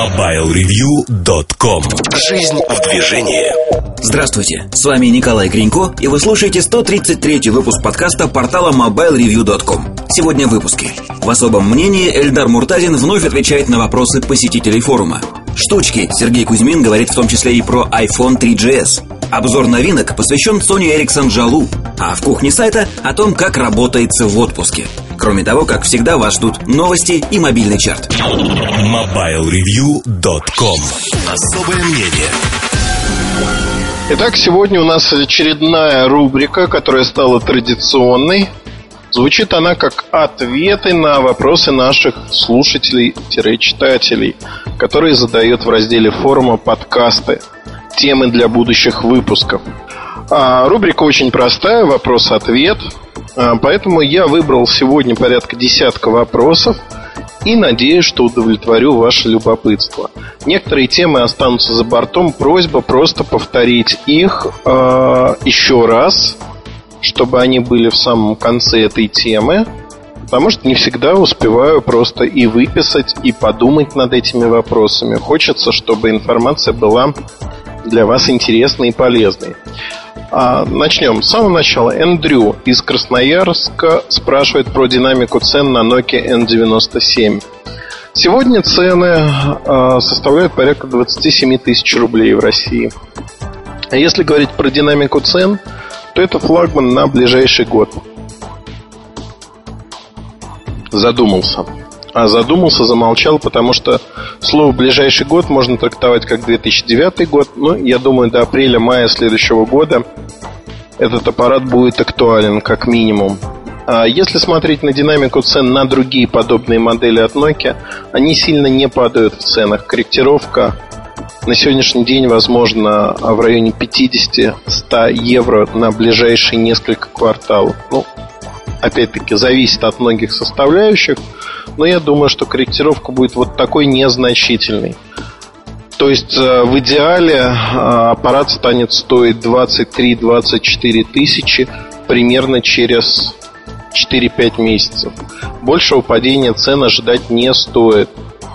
MobileReview.com. Жизнь в движении. Здравствуйте, с вами Николай Гринько, и вы слушаете 133-й выпуск подкаста портала MobileReview.com. Сегодня в выпуске. В особом мнении Эльдар Муртазин вновь отвечает на вопросы посетителей форума. Штучки. Сергей Кузьмин говорит в том числе и про iPhone 3GS. Обзор новинок посвящен Sony Ericsson Jalu. А в кухне сайта о том, как работается в отпуске. Кроме того, как всегда, вас ждут новости и мобильный чарт. MobileReview.com. Особое мнение. Итак, сегодня у нас очередная рубрика, которая стала традиционной. Звучит она как ответы на вопросы наших слушателей-читателей, которые задают в разделе форума подкасты, темы для будущих выпусков. Рубрика очень простая, вопрос-ответ. Поэтому я выбрал сегодня порядка десятка вопросов и надеюсь, что удовлетворю ваше любопытство. Некоторые темы останутся за бортом. Просьба просто повторить их еще раз, чтобы они были в самом конце этой темы, потому что не всегда успеваю просто и выписать, и подумать над этими вопросами. Хочется, чтобы информация была для вас интересной и полезной. Начнем с самого начала. Эндрю из Красноярска спрашивает про динамику цен на Nokia N97. Сегодня цены составляют порядка 27 тысяч рублей в России. А если говорить про динамику цен, то это флагман на ближайший год. Задумался, замолчал, потому что слово «ближайший год» можно трактовать как 2009 год. Но я думаю, до апреля-мая следующего года этот аппарат будет актуален как минимум. А если смотреть на динамику цен на другие подобные модели от Nokia, они сильно не падают в ценах. Корректировка на сегодняшний день возможно в районе 50-100 евро на ближайшие несколько кварталов. Опять-таки, зависит от многих составляющих, но я думаю, что корректировка будет вот такой незначительной. То есть, в идеале аппарат станет стоить 23-24 тысячи примерно через 4-5 месяцев. Большего падения цен ожидать не стоит.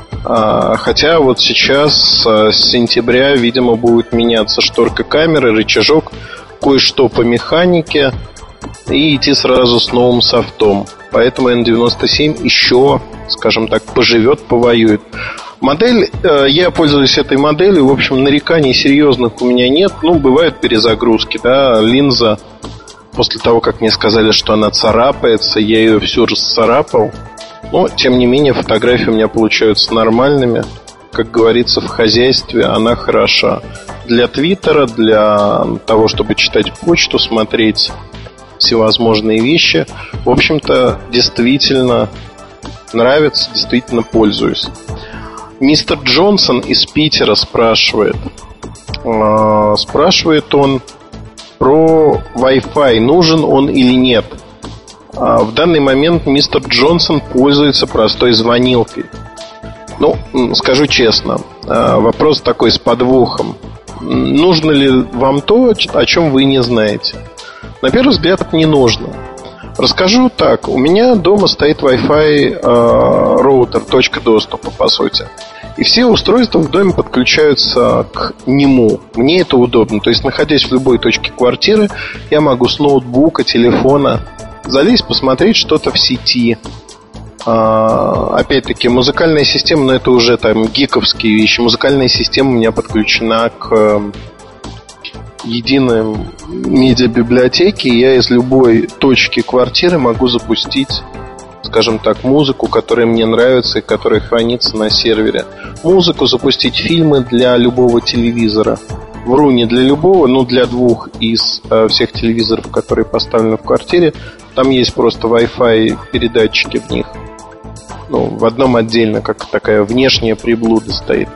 Хотя вот сейчас, с сентября, видимо, будет меняться шторка камеры, рычажок, кое-что по механике, и идти сразу с новым софтом. Поэтому N97 еще, скажем так, поживет, повоюет. Модель, я пользуюсь этой моделью. В общем, нареканий серьезных у меня нет. Бывают перезагрузки, да. Линза, после того, как мне сказали, что она царапается, я ее всю расцарапал. Но, тем не менее, фотографии у меня получаются нормальными. Как говорится, в хозяйстве она хороша. Для Твиттера, для того, чтобы читать почту, смотреть всевозможные вещи, в общем-то, действительно нравится, действительно пользуюсь. Мистер Джонсон из Питера спрашивает. Спрашивает он про Wi-Fi, нужен он или нет. В данный момент мистер Джонсон пользуется простой звонилкой. Скажу честно, вопрос такой с подвохом. Нужно ли вам то, о чем вы не знаете? На первый взгляд, не нужно. Расскажу так. У меня дома стоит Wi-Fi роутер, точка доступа, по сути. И все устройства в доме подключаются к нему. Мне это удобно. То есть, находясь в любой точке квартиры, я могу с ноутбука, телефона залезть, посмотреть что-то в сети. Опять-таки, музыкальная система, но это уже там гиковские вещи. Музыкальная система у меня подключена к единой медиабиблиотеке. Я из любой точки квартиры могу запустить, скажем так, музыку, которая мне нравится и которая хранится на сервере. Музыку, запустить фильмы для любого телевизора. Вру, не для любого, но для двух из всех телевизоров, которые поставлены в квартире. Там есть просто Wi-Fi передатчики в них. В одном отдельно, как такая внешняя приблуда стоит.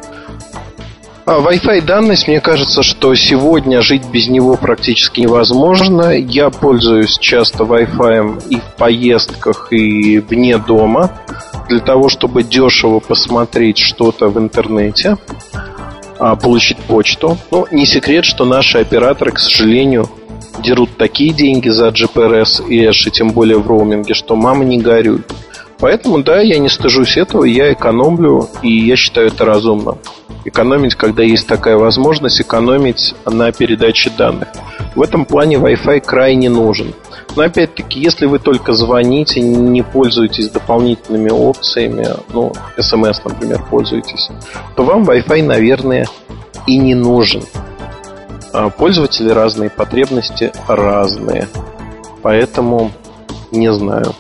Wi-Fi данность, мне кажется, что сегодня жить без него практически невозможно. Я пользуюсь часто Wi-Fi и в поездках, и вне дома, для того, чтобы дешево посмотреть что-то в интернете, получить почту. Не секрет, что наши операторы, к сожалению, дерут такие деньги за GPRS и Эш, и тем более в роуминге, что мама не горюй. Поэтому, да, я не стыжусь этого, я экономлю, и я считаю это разумно. Экономить, когда есть такая возможность, экономить на передаче данных. В этом плане Wi-Fi крайне нужен. Но опять-таки, если вы только звоните, не пользуетесь дополнительными опциями, SMS, например, пользуетесь, то вам Wi-Fi, наверное, и не нужен. Пользователи разные, потребности разные. Поэтому не знаю.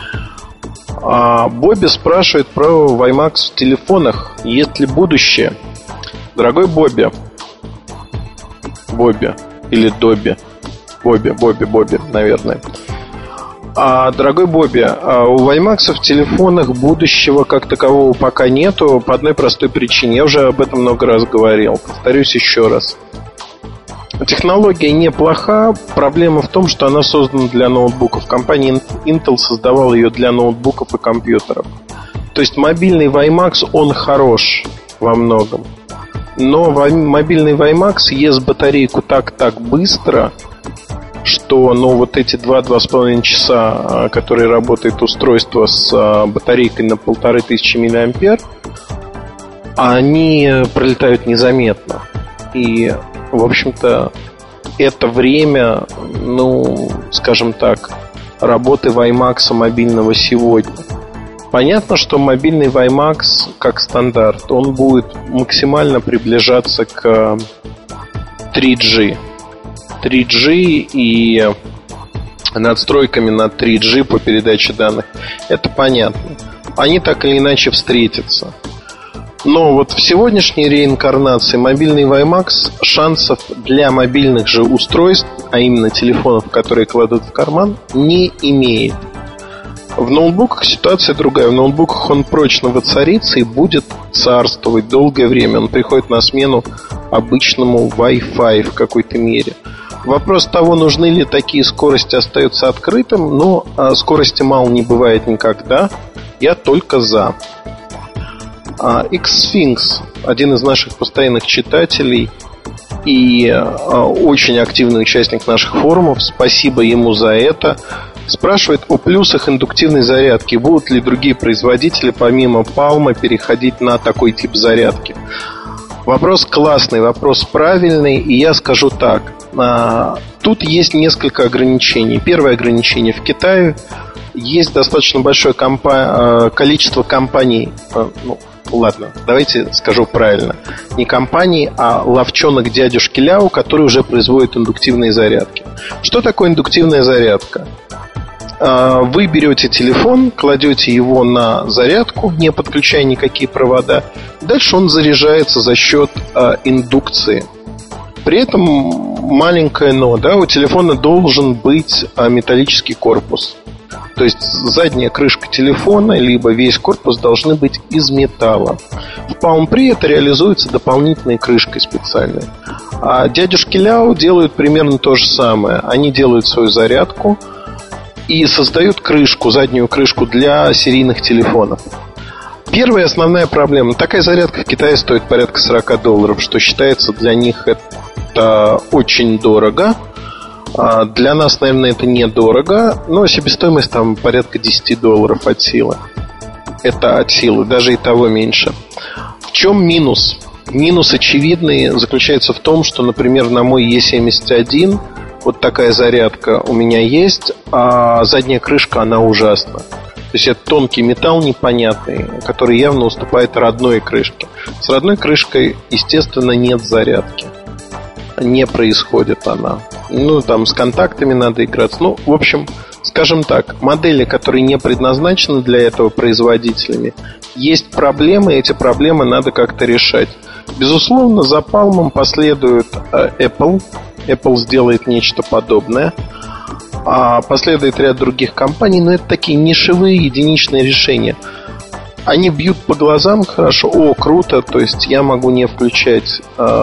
Бобби спрашивает про WiMAX в телефонах. Есть ли будущее? Дорогой Бобби. Бобби. Или Добби. Бобби, наверное. Дорогой Бобби, у WiMAX в телефонах будущего как такового пока нету. По одной простой причине. Я уже об этом много раз говорил. Повторюсь еще раз. Технология неплоха. Проблема в том, что она создана для ноутбуков. Компания Intel создавала ее для ноутбуков и компьютеров. То есть мобильный WiMAX, он хорош во многом. Но мобильный WiMAX ест батарейку так быстро, что вот эти 2-2,5 часа, которые работает устройство с батарейкой на 1500 мА, они пролетают незаметно. И, в общем-то, это время, скажем так, работы WiMAX мобильного сегодня. Понятно, что мобильный WiMAX, как стандарт, он будет максимально приближаться к 3G. 3G и надстройками на 3G по передаче данных. Это понятно. Они так или иначе встретятся. Но вот в сегодняшней реинкарнации мобильный WiMAX шансов для мобильных же устройств, а именно телефонов, которые кладут в карман, не имеет. В ноутбуках ситуация другая. В ноутбуках он прочно воцарится и будет царствовать долгое время. Он приходит на смену обычному Wi-Fi в какой-то мере. Вопрос того, нужны ли такие скорости, остается открытым. Но скорости мало не бывает никогда. Я только за. Xsphinx, один из наших постоянных читателей и очень активный участник наших форумов, спасибо ему за это, спрашивает о плюсах индуктивной зарядки. Будут ли другие производители помимо Palm переходить на такой тип зарядки? Вопрос классный, вопрос правильный, и я скажу так. Тут есть несколько ограничений. Первое ограничение: в Китае есть достаточно большое количество компаний. Ладно, давайте скажу правильно. Не компании, а ловчонок дядюшки Ляо, которые уже производят индуктивные зарядки. Что такое индуктивная зарядка? Вы берете телефон, кладете его на зарядку, не подключая никакие провода. Дальше он заряжается за счет индукции. При этом маленькое но, да, у телефона должен быть металлический корпус. То есть задняя крышка телефона либо весь корпус должны быть из металла. В Palm Pre это реализуется дополнительной крышкой специальной. А дядюшки Ляо делают примерно то же самое. Они делают свою зарядку и создают крышку, заднюю крышку для серийных телефонов. Первая основная проблема: такая зарядка в Китае стоит порядка $40, что считается для них это очень дорого. Для нас, наверное, это недорого, но себестоимость там порядка $10 от силы. Это от силы, даже и того меньше. В чем минус? Минус очевидный заключается в том, что, например, на мой E71 вот такая зарядка у меня есть, а задняя крышка, она ужасна. То есть это тонкий металл непонятный, который явно уступает родной крышке. С родной крышкой, естественно, нет зарядки. Не происходит она. Там с контактами надо играться. В общем, скажем так, модели, которые не предназначены для этого производителями, есть проблемы, и эти проблемы надо как-то решать. Безусловно, за Palm последует Apple. Apple сделает нечто подобное. А последует ряд других компаний, но это такие нишевые, единичные решения. Они бьют по глазам хорошо. О, круто, то есть я могу не включать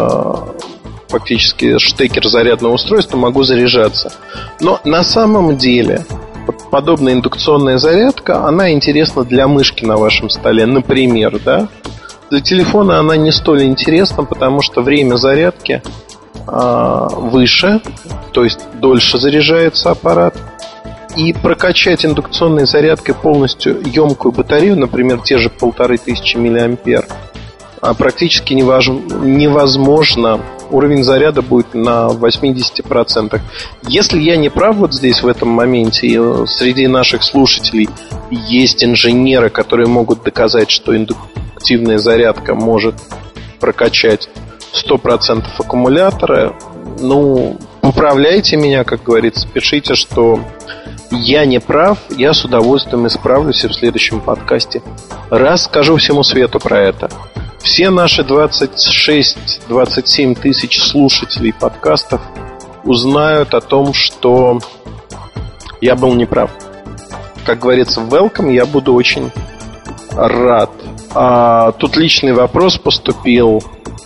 фактически штекер зарядного устройства, могу заряжаться. Но на самом деле подобная индукционная зарядка, она интересна для мышки на вашем столе, например, да? Для телефона она не столь интересна, потому что время зарядки выше, то есть дольше заряжается аппарат. И прокачать индукционной зарядкой полностью емкую батарею, например, те же 1500 мА, практически невозможно. Уровень заряда будет на 80%. Если я не прав вот здесь, в этом моменте, и среди наших слушателей есть инженеры, которые могут доказать, что индуктивная зарядка может прокачать 100% аккумулятора, ну, поправляйте меня, как говорится, пишите, что я не прав, я с удовольствием исправлюсь и в следующем подкасте расскажу всему свету про это. Все наши 26-27 тысяч слушателей подкастов узнают о том, что я был неправ. Как говорится, welcome, я буду очень рад. Тут личный вопрос поступил.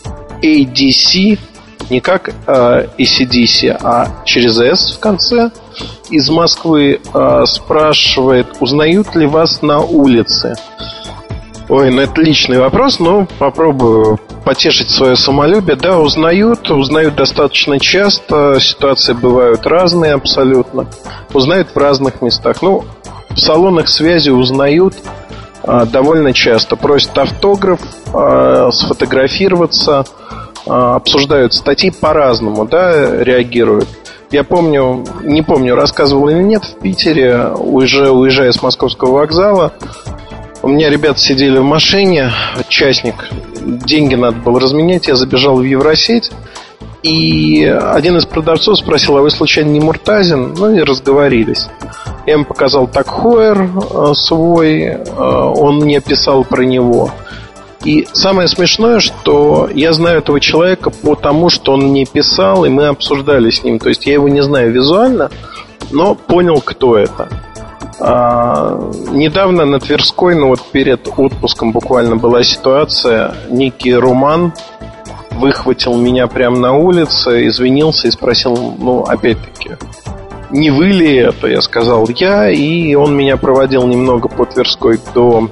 ADC, не как ACDC, а через S в конце, из Москвы, спрашивает, узнают ли вас на улице? Ой, ну это личный вопрос, но попробую потешить свое самолюбие. Да, узнают достаточно часто, ситуации бывают разные абсолютно. Узнают в разных местах. Ну, в салонах связи узнают довольно часто. Просят автограф, сфотографироваться, обсуждают статьи по-разному, да, реагируют. Я помню, не помню, рассказывал или нет, в Питере, уезжая с Московского вокзала, у меня ребята сидели в машине, частник, деньги надо было разменять, я забежал в Евросеть, и один из продавцов спросил, а вы случайно не Муртазин? Ну и разговорились. Я ему показал такхойер свой, он мне писал про него. И самое смешное, что я знаю этого человека по тому, что он мне писал, и мы обсуждали с ним. То есть я его не знаю визуально, но понял, кто это. Недавно на Тверской, ну вот перед отпуском буквально была ситуация. Некий Руман выхватил меня прямо на улице, извинился и спросил, ну опять-таки, не вы ли это? Я сказал, я. И он меня проводил немного по Тверской до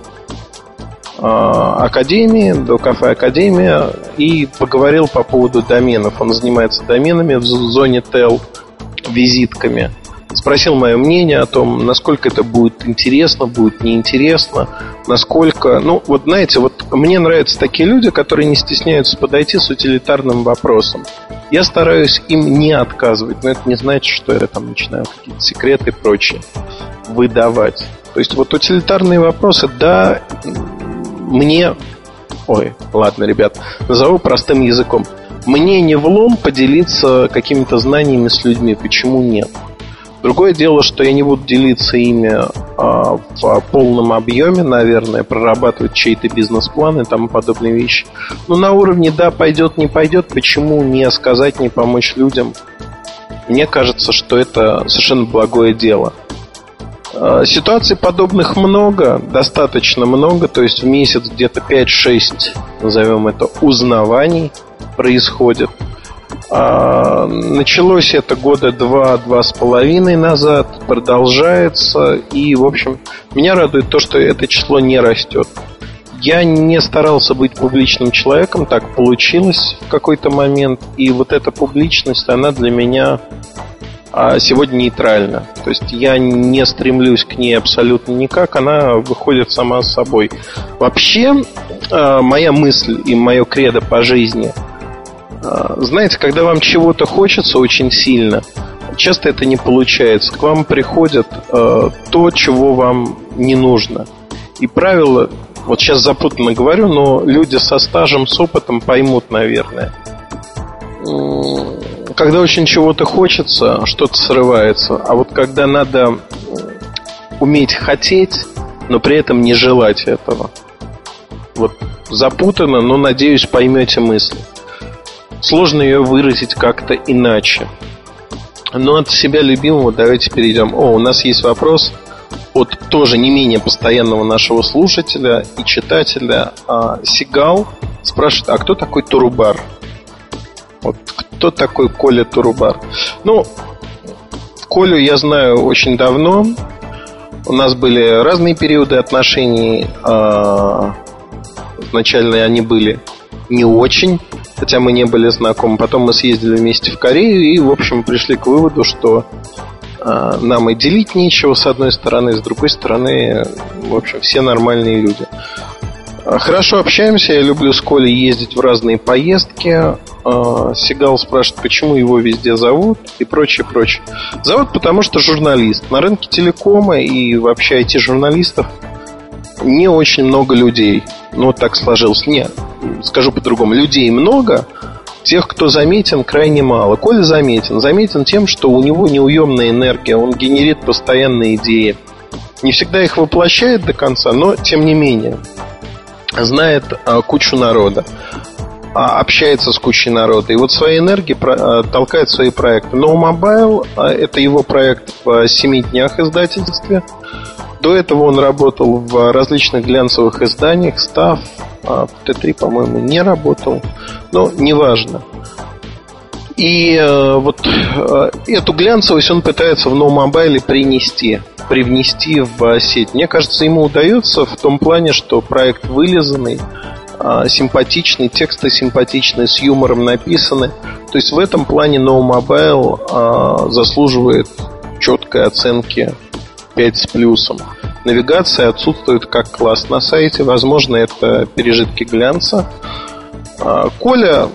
Академии, до кафе Академия, и поговорил по поводу доменов. Он занимается доменами в зоне ТЭЛ, визитками. Спросил мое мнение о том, насколько это будет интересно, будет неинтересно, насколько... Ну, вот знаете, вот мне нравятся такие люди, которые не стесняются подойти с утилитарным вопросом. Я стараюсь им не отказывать, но это не значит, что я там начинаю какие-то секреты и прочее выдавать. То есть вот утилитарные вопросы, да, мне... Ой, ладно, ребят, назову простым языком. Мне не влом поделиться какими-то знаниями с людьми, почему нет? Другое дело, что я не буду делиться ими в полном объеме, наверное, прорабатывать чей-то бизнес-план и тому подобные вещи. Но на уровне да, пойдет, не пойдет, почему не сказать, не помочь людям? Мне кажется, что это совершенно благое дело. Ситуаций подобных много, достаточно много. То есть в месяц где-то 5-6, назовем это, узнаваний происходит. Началось это года 2-2,5 назад, продолжается. И, в общем, меня радует то, что это число не растет. Я не старался быть публичным человеком, так получилось в какой-то момент. И вот эта публичность, она для меня сегодня нейтральна. То есть я не стремлюсь к ней абсолютно никак, она выходит сама собой. Вообще, моя мысль и мое кредо по жизни: знаете, когда вам чего-то хочется очень сильно, часто это не получается. К вам приходит то, чего вам не нужно. И правило, вот сейчас запутанно говорю, но люди со стажем, с опытом поймут, наверное. Когда очень чего-то хочется, что-то срывается. А вот когда надо уметь хотеть, но при этом не желать этого. Вот запутанно, но, надеюсь, поймете мысль. Сложно ее выразить как-то иначе. Но от себя любимого давайте перейдем. У нас есть вопрос от тоже не менее постоянного нашего слушателя и читателя. Сигал спрашивает, а кто такой Турубар? Вот кто такой Коля Турубар? Ну, Колю я знаю очень давно. У нас были разные периоды отношений. Изначально они были не очень, хотя мы не были знакомы. Потом мы съездили вместе в Корею и, в общем, пришли к выводу, что нам и делить нечего, с одной стороны, с другой стороны, в общем, все нормальные люди. Хорошо общаемся, я люблю с Колей ездить в разные поездки. Сигал спрашивает, почему его везде зовут и прочее. Зовут, потому что журналист. На рынке телекома и вообще IT-журналистов не очень много людей. Ну, так сложилось. Нет, скажу по-другому. Людей много, тех, кто заметен, крайне мало. Коля заметен. Заметен тем, что у него неуемная энергия. Он генерит постоянные идеи. Не всегда их воплощает до конца, но тем не менее знает кучу народа, общается с кучей народа. И вот своей энергией толкает свои проекты. No Mobile — это его проект в 7 днях издательстве. До этого он работал в различных глянцевых изданиях. Став, Т3, по-моему, не работал. Но неважно. И вот эту глянцевость он пытается в No Mobile привнести в сеть. Мне кажется, ему удается в том плане, что проект вылизанный, симпатичный, тексты симпатичные, с юмором написаны. То есть в этом плане No Mobile заслуживает четкой оценки 5 с плюсом. Навигация отсутствует как класс на сайте. Возможно, это пережитки глянца. Коля...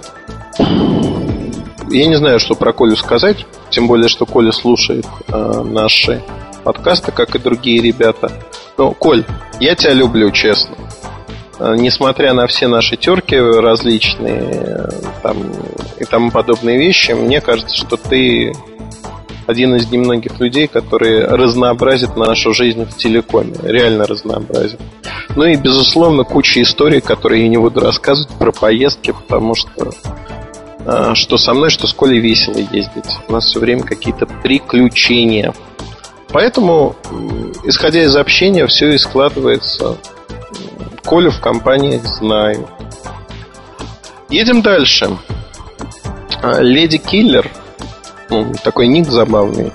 Я не знаю, что про Колю сказать. Тем более, что Коля слушает наши подкасты, как и другие ребята. Но, Коль, я тебя люблю, честно. Несмотря на все наши терки различные там, и тому подобные вещи, мне кажется, что ты один из немногих людей, которые разнообразят нашу жизнь в телекоме. Реально разнообразят. Ну и, безусловно, куча историй, которые я не буду рассказывать про поездки, потому что со мной, что с Колей весело ездить. У нас все время какие-то приключения. Поэтому, исходя из общения, все и складывается. Колю в компаниях знаю. Едем дальше. Леди Киллер. Такой ник забавный.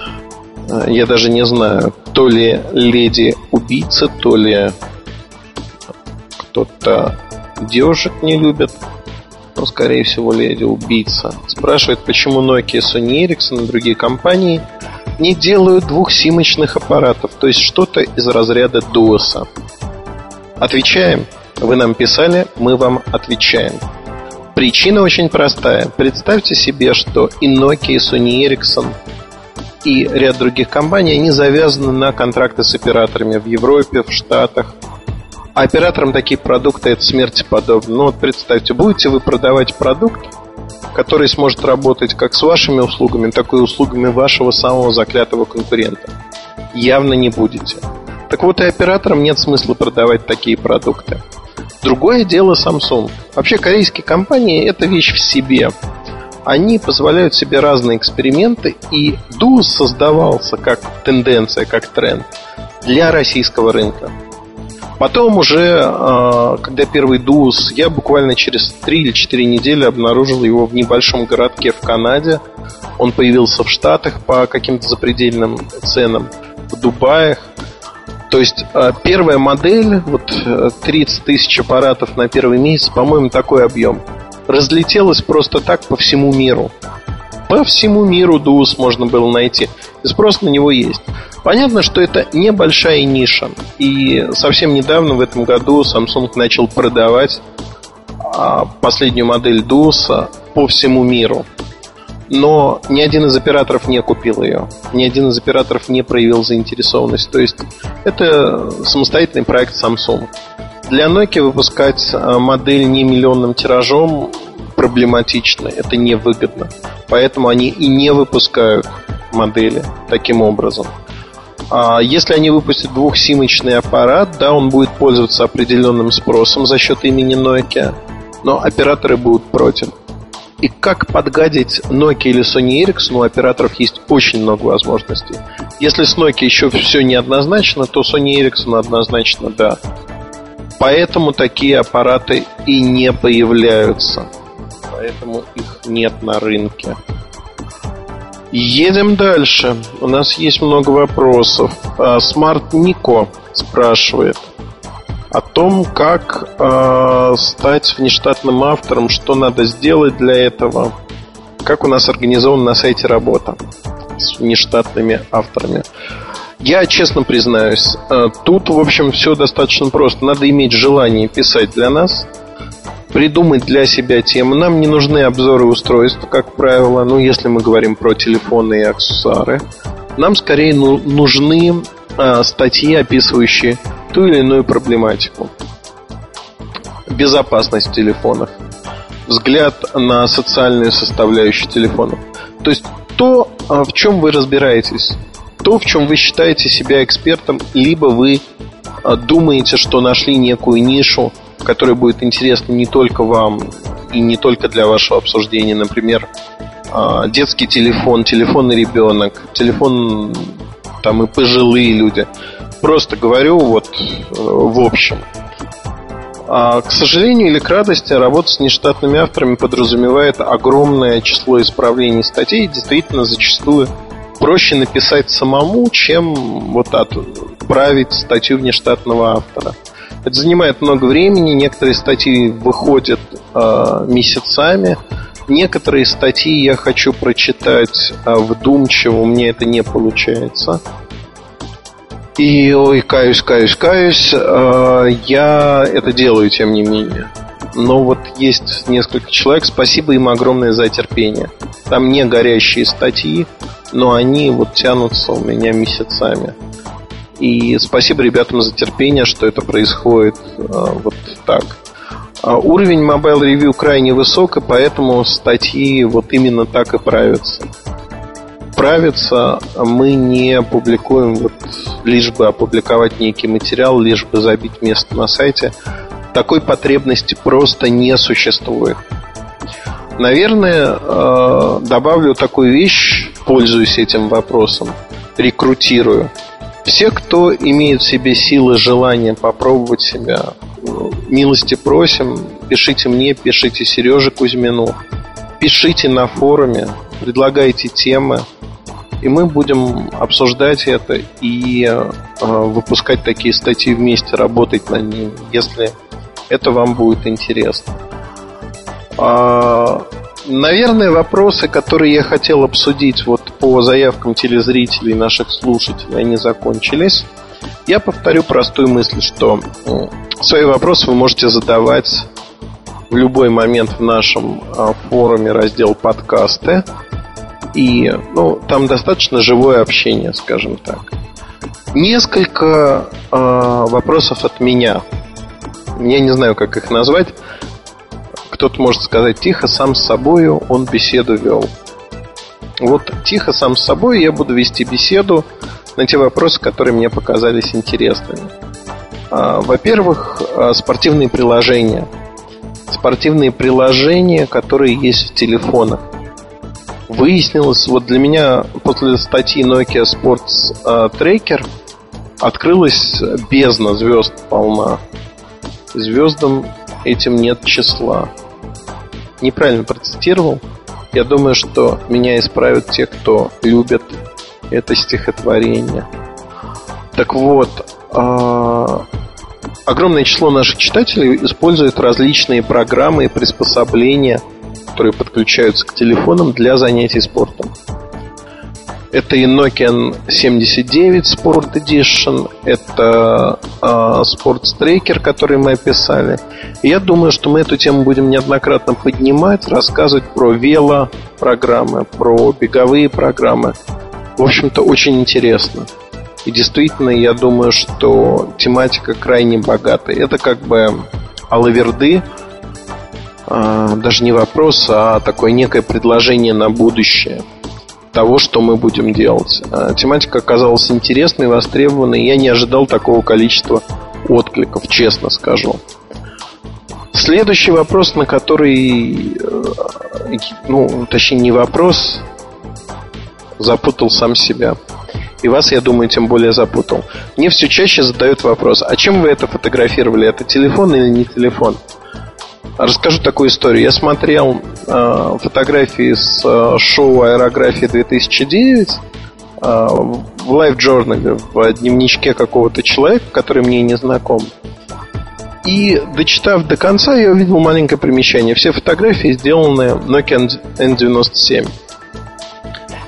Я даже не знаю, то ли леди убийца, то ли кто-то девушек не любит. Но, скорее всего, леди-убийца. Спрашивает, почему Nokia, Sony Ericsson и другие компании не делают двухсимочных аппаратов. То есть что-то из разряда DOS. Отвечаем. Вы нам писали, мы вам отвечаем. Причина очень простая. Представьте себе, что и Nokia, и Sony Ericsson, и ряд других компаний, они завязаны на контракты с операторами в Европе, в Штатах. А операторам такие продукты — это смерти подобно. Ну вот представьте, будете вы продавать продукт, который сможет работать как с вашими услугами, так и услугами вашего самого заклятого конкурента? Явно не будете. Так вот, и операторам нет смысла продавать такие продукты. Другое дело Samsung. Вообще, корейские компании — это вещь в себе. Они позволяют себе разные эксперименты, и DOS создавался как тенденция, как тренд для российского рынка. Потом уже, когда первый DOS, я буквально через 3 или 4 недели обнаружил его в небольшом городке в Канаде. Он появился в Штатах по каким-то запредельным ценам, в Дубаях. То есть первая модель, вот 30 тысяч аппаратов на первый месяц, по-моему, такой объем, разлетелась просто так по всему миру. По всему миру DOS можно было найти, и спрос на него есть. Понятно, что это небольшая ниша. И совсем недавно, в этом году, Samsung начал продавать последнюю модель DOS по всему миру. Но ни один из операторов не купил ее. Ни один из операторов не проявил заинтересованность. То есть это самостоятельный проект Samsung. Для Nokia выпускать модель не миллионным тиражом проблематично. Это невыгодно. Поэтому они и не выпускают модели таким образом. А если они выпустят двухсимочный аппарат, да, он будет пользоваться определенным спросом за счет имени Nokia, но операторы будут против. И как подгадить Nokia или Sony Ericsson, у операторов есть очень много возможностей. Если с Nokia еще все неоднозначно, то Sony Ericsson однозначно да. Поэтому такие аппараты и не появляются. Поэтому их нет на рынке. Едем дальше. У нас есть много вопросов. Smart Nico спрашивает о том, как стать внештатным автором, что надо сделать для этого, как у нас организована на сайте работа. с нештатными авторами? Я честно признаюсь, тут, в общем, все достаточно просто. Надо иметь желание писать для нас, придумать для себя темы. Нам не нужны обзоры устройств, как правило. Ну, если мы говорим про телефоны и аксессуары. Нам скорее нужны статьи, описывающие ту или иную проблематику. Безопасность телефонов, взгляд на социальную составляющую телефонов. То есть то, в чем вы разбираетесь, то, в чем вы считаете себя экспертом, либо вы думаете, что нашли некую нишу, которая будет интересна не только вам и не только для вашего обсуждения. Например, детский телефон, телефонный ребенок, телефон там и пожилые люди. Просто говорю вот в общем. К сожалению или к радости, работа с нештатными авторами подразумевает огромное число исправлений статей. Действительно, зачастую проще написать самому, чем вот отправить статью внештатного автора. Это занимает много времени. Некоторые статьи выходят месяцами. Некоторые статьи я хочу прочитать вдумчиво. У меня это не получается. И, каюсь, я это делаю, тем не менее. Но вот есть несколько человек, спасибо им огромное за терпение. Там не горящие статьи, но они вот тянутся у меня месяцами. И спасибо ребятам за терпение, что это происходит вот так. Уровень Mobile Review крайне высок, и поэтому статьи вот именно так и правятся. Мы не публикуем вот лишь бы опубликовать некий материал, лишь бы забить место на сайте. Такой потребности просто не существует. Наверное, добавлю такую вещь, пользуюсь этим вопросом, рекрутирую. Все, кто имеет в себе силы, желание попробовать себя, милости просим, пишите мне, пишите Сереже Кузьмину, пишите на форуме, предлагайте темы. И мы будем обсуждать это и выпускать такие статьи вместе, работать над ними, если это вам будет интересно. Наверное, вопросы, которые я хотел обсудить вот по заявкам телезрителей, наших слушателей, они закончились. Я повторю простую мысль, что свои вопросы вы можете задавать в любой момент в нашем форуме, раздел «Подкасты». И там достаточно живое общение, скажем так. Несколько вопросов от меня. Я не знаю, как их назвать. Кто-то может сказать: тихо, сам с собою он беседу вел. Вот тихо, сам с собой я буду вести беседу на те вопросы, которые мне показались интересными. Во-первых, спортивные приложения. Спортивные приложения, которые есть в телефонах. Выяснилось, вот для меня после статьи Nokia Sports Tracker открылась бездна звезд полна. Звездам этим нет числа. Неправильно процитировал. Я думаю, что меня исправят те, кто любит это стихотворение. Так вот, огромное число наших читателей использует различные программы и приспособления, которые подключаются к телефонам для занятий спортом. Это и Nokia 79 Sport Edition, это Sports Tracker, который мы описали. И я думаю, что мы эту тему будем неоднократно поднимать, рассказывать про велопрограммы, про беговые программы. В общем-то, очень интересно. И действительно, я думаю, что тематика крайне богатая. Это как бы алаверды, даже не вопрос, а такое некое предложение на будущее того, что мы будем делать. Тематика оказалась интересной, востребованной. Я не ожидал такого количества откликов, честно скажу. Следующий вопрос, на который, точнее не вопрос, запутал сам себя. И вас, я думаю, тем более запутал. Мне все чаще задают вопрос: а чем вы это фотографировали? Это телефон или не телефон? Расскажу такую историю. Я смотрел фотографии с шоу «Аэрография 2009» в лайв-джорнале, в дневничке какого-то человека, который мне не знаком. И, дочитав до конца, я увидел маленькое примечание. Все фотографии сделаны Nokia N97.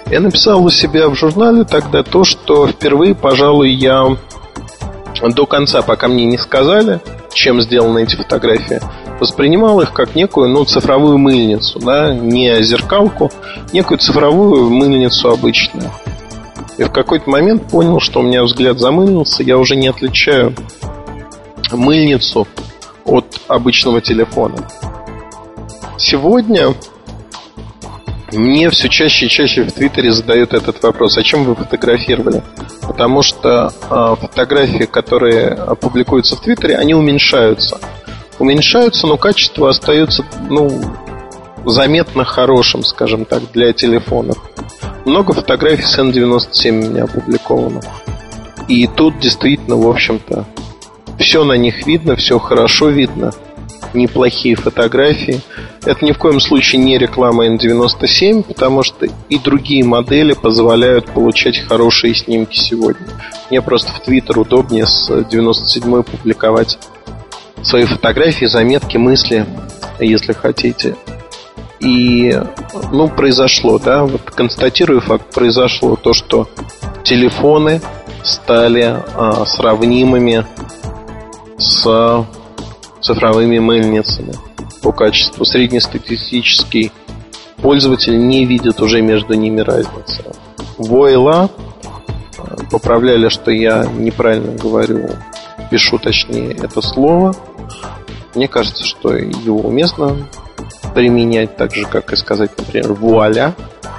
Я написал у себя в журнале тогда то, что впервые, пожалуй, я до конца, пока мне не сказали, чем сделаны эти фотографии, воспринимал их как некую, цифровую мыльницу, да, не зеркалку, некую цифровую мыльницу обычную. И в какой-то момент понял, что у меня взгляд замылился, я уже не отличаю мыльницу от обычного телефона. Сегодня мне все чаще и чаще в Твиттере задают этот вопрос: а чем вы фотографировали? Потому что фотографии, которые публикуются в Твиттере, они уменьшаются. Но качество остается, заметно хорошим, скажем так, для телефонов. Много фотографий с N97 у меня опубликовано. И тут действительно, в общем-то, все на них видно, все хорошо видно. Неплохие фотографии. Это ни в коем случае не реклама N97, потому что и другие модели позволяют получать хорошие снимки сегодня. Мне просто в Твиттер удобнее с 97-й публиковать свои фотографии, заметки, мысли, если хотите. И, произошло, да, констатирую факт, произошло то, что телефоны стали сравнимыми с цифровыми мыльницами по качеству. Среднестатистический пользователь не видит уже между ними разницы. Войла поправляли, что я неправильно говорю, пишу точнее это слово. Мне кажется, что его уместно применять так же, как и сказать, например, вуаля.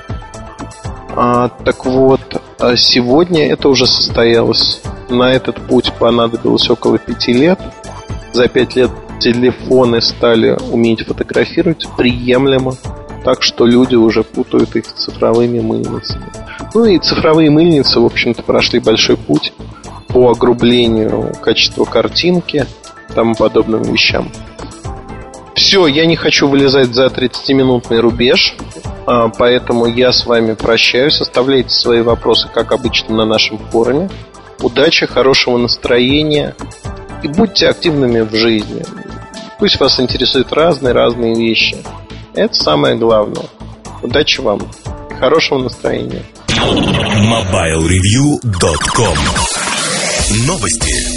Так вот, сегодня это уже состоялось. На этот путь понадобилось около 5 лет. За 5 лет телефоны стали уметь фотографировать приемлемо, так что люди уже путают их с цифровыми мыльницами. И цифровые мыльницы, в общем-то, прошли большой путь по огрублению качества картинки и тому подобным вещам. Все, я не хочу вылезать за 30-минутный рубеж, поэтому я с вами прощаюсь. Оставляйте свои вопросы, как обычно, на нашем форуме. Удачи, хорошего настроения и будьте активными в жизни. Пусть вас интересуют разные вещи. Это самое главное. Удачи вам и хорошего настроения. MobileReview.com. Новости.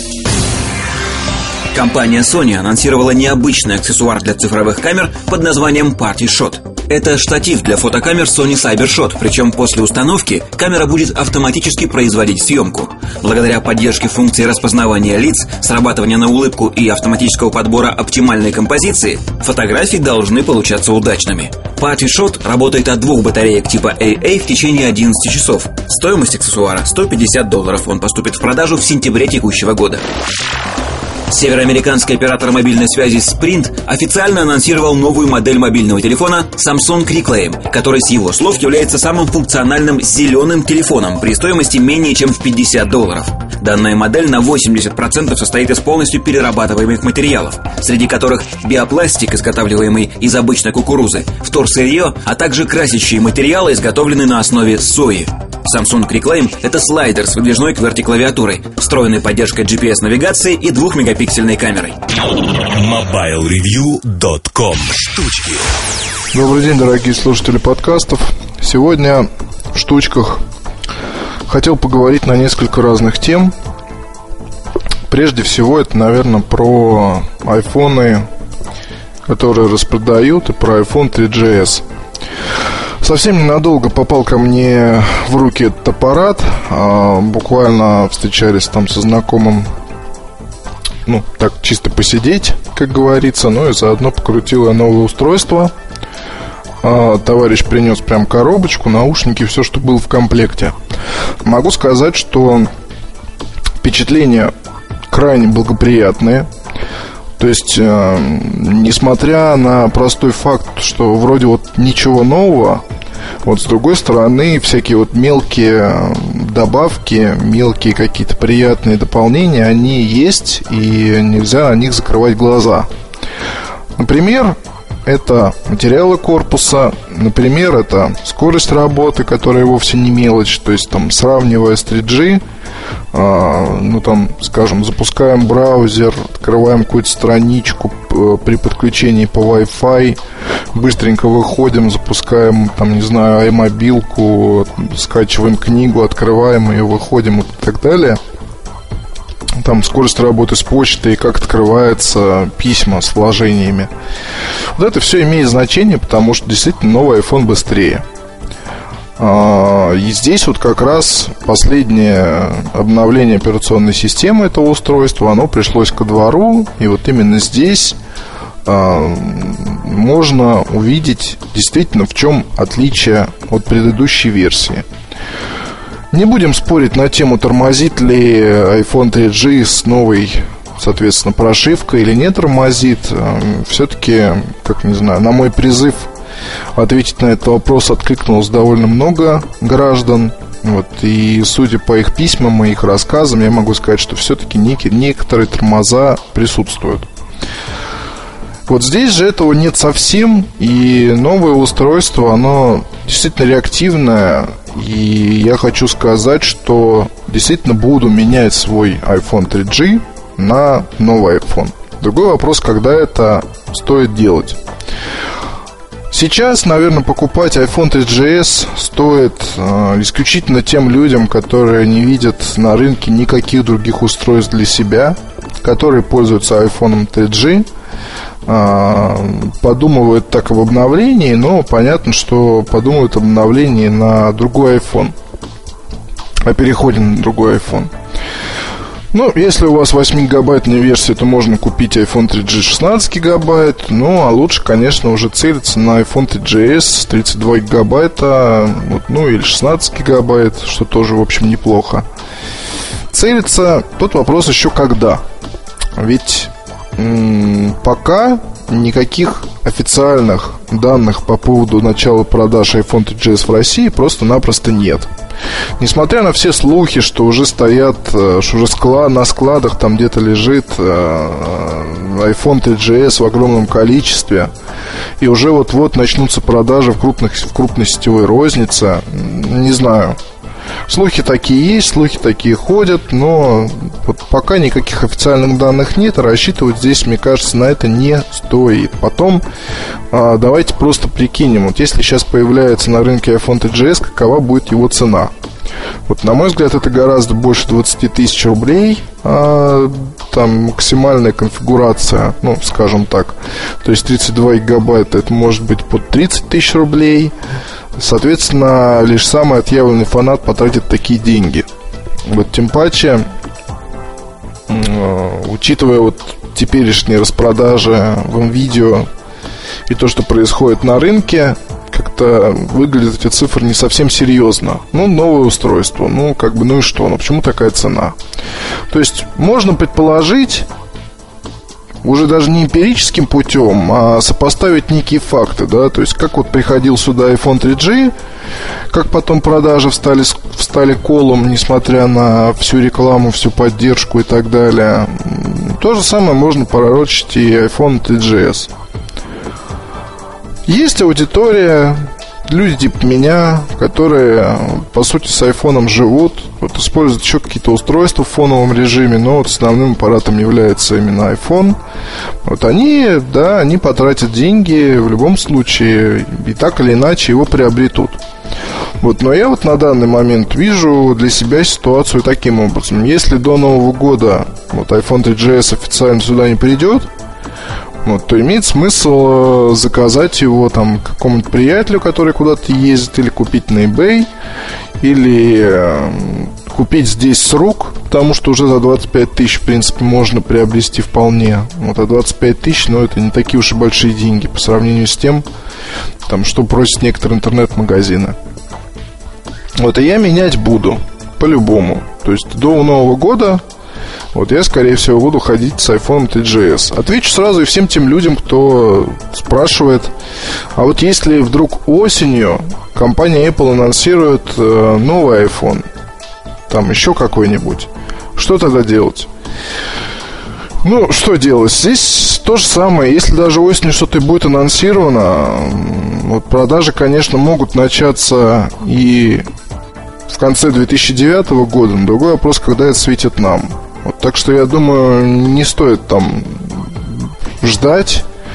Компания Sony анонсировала необычный аксессуар для цифровых камер под названием Party Shot. Это штатив для фотокамер Sony CyberShot, причем после установки камера будет автоматически производить съемку. Благодаря поддержке функции распознавания лиц, срабатывания на улыбку и автоматического подбора оптимальной композиции, фотографии должны получаться удачными. Party Shot работает от 2 батареек типа AA в течение 11 часов. Стоимость аксессуара $150. Он поступит в продажу в сентябре текущего года. Североамериканский оператор мобильной связи Sprint официально анонсировал новую модель мобильного телефона Samsung Reclaim, который, с его слов, является самым функциональным зеленым телефоном при стоимости менее чем в $50. Данная модель на 80% состоит из полностью перерабатываемых материалов, среди которых биопластик, изготавливаемый из обычной кукурузы, вторсырье, а также красящие материалы, изготовленные на основе сои. Samsung Reclaim — это слайдер с выдвижной QWERTY-клавиатурой, встроенной поддержкой GPS-навигации и 2-мегапиксельной камерой. MobileReview.com. Штучки. Добрый день, дорогие слушатели подкастов. Сегодня в штучках хотел поговорить на несколько разных тем. Прежде всего, это, наверное, про айфоны, которые распродают, и про iPhone 3GS. Совсем ненадолго попал ко мне в руки этот аппарат. Буквально встречались там со знакомым, так чисто посидеть, как говорится. И заодно покрутил я новое устройство. Товарищ принес прям коробочку, наушники, все, что было в комплекте. Могу сказать, что впечатления крайне благоприятные. То есть, несмотря на простой факт, что вроде ничего нового, с другой стороны, всякие мелкие добавки, мелкие какие-то приятные дополнения, они есть, и нельзя на них закрывать глаза. Например, это материалы корпуса, например, это скорость работы, которая вовсе не мелочь. То есть, сравнивая с 3G, скажем, запускаем браузер, открываем какую-то страничку при подключении по Wi-Fi, быстренько выходим, запускаем, там, не знаю, iMobile, скачиваем книгу, открываем ее, выходим и так далее. Там скорость работы с почтой, как открываются письма с вложениями. Вот это все имеет значение, потому что действительно новый iPhone быстрее. И здесь вот как раз последнее обновление операционной системы этого устройства, оно пришлось ко двору. И вот именно здесь можно увидеть действительно, в чем отличие от предыдущей версии. Не будем спорить на тему, тормозит ли iPhone 3G с новой, соответственно, прошивкой или не тормозит. Все-таки, как не знаю, на мой призыв ответить на этот вопрос откликнулось довольно много граждан. Вот, и судя по их письмам и их рассказам, я могу сказать, что все-таки некоторые тормоза присутствуют. Вот здесь же этого нет совсем. И новое устройство, оно действительно реактивное. И я хочу сказать, что действительно буду менять свой iPhone 3G на новый iPhone. Другой вопрос, когда это стоит делать. Сейчас, наверное, покупать iPhone 3GS стоит исключительно тем людям, которые не видят на рынке никаких других устройств для себя, которые пользуются iPhone 3G, подумывают так об обновлении, но понятно, что подумают об обновлении на другой iPhone, о переходе на другой iPhone. Ну, если у вас 8-гигабайтная версия, то можно купить iPhone 3G 16 гигабайт. Ну, а лучше, конечно, уже целиться на iPhone 3GS 32 гигабайта, вот, ну, или 16 гигабайт, что тоже, в общем, неплохо. Целиться, тут вопрос еще когда. Ведь пока никаких официальных данных по поводу начала продаж iPhone 3GS в России просто-напросто нет. Несмотря на все слухи, что уже стоят, что уже на складах там где-то лежит iPhone 3GS в огромном количестве, и уже вот-вот начнутся продажи в крупной сетевой рознице, не знаю. Слухи такие есть, слухи такие ходят, но вот пока никаких официальных данных нет, рассчитывать здесь, мне кажется, на это не стоит. Потом давайте просто прикинем, вот если сейчас появляется на рынке iPhone 3GS, какова будет его цена. Вот, на мой взгляд, это гораздо больше 20 тысяч рублей. Там максимальная конфигурация, ну, скажем так, то есть 32 гигабайта, это может быть под 30 тысяч рублей. Соответственно, лишь самый отъявленный фанат потратит такие деньги. Вот, тем паче, учитывая вот теперешние распродажи в МВидео и то, что происходит на рынке, как-то выглядят эти цифры не совсем серьезно. Ну, новое устройство, ну, как бы, ну и что? Ну, почему такая цена? То есть, можно предположить, уже даже не эмпирическим путем, а сопоставить некие факты, да, то есть как вот приходил сюда iPhone 3G, как потом продажи встали колом, несмотря на всю рекламу, всю поддержку и так далее. То же самое можно пророчить и iPhone 3GS. Есть аудитория, люди типа меня, которые, по сути, с айфоном живут, вот, используют еще какие-то устройства в фоновом режиме, но вот основным аппаратом является именно iPhone. Вот они, да, они потратят деньги в любом случае и так или иначе его приобретут. Вот, но я вот на данный момент вижу для себя ситуацию таким образом. Если до Нового года вот iPhone 3GS официально сюда не придет, вот, то имеет смысл заказать его там какому-нибудь приятелю, который куда-то ездит, или купить на eBay, или купить здесь с рук, потому что уже за 25 тысяч, в принципе, можно приобрести вполне. Вот, а 25 тысяч, ну, это не такие уж и большие деньги по сравнению с тем, там, что просят некоторые интернет-магазины. Вот, и я менять буду по-любому. То есть до Нового года вот я, скорее всего, буду ходить с iPhone 3GS. Отвечу сразу и всем тем людям, кто спрашивает: а вот если вдруг осенью компания Apple анонсирует новый iPhone, там еще какой-нибудь, что тогда делать? Ну, что делать? Здесь то же самое. Если даже осенью что-то будет анонсировано, вот продажи, конечно, могут начаться и в конце 2009 года, но другой вопрос, когда это светит нам. Вот, так что я думаю, не стоит там ждать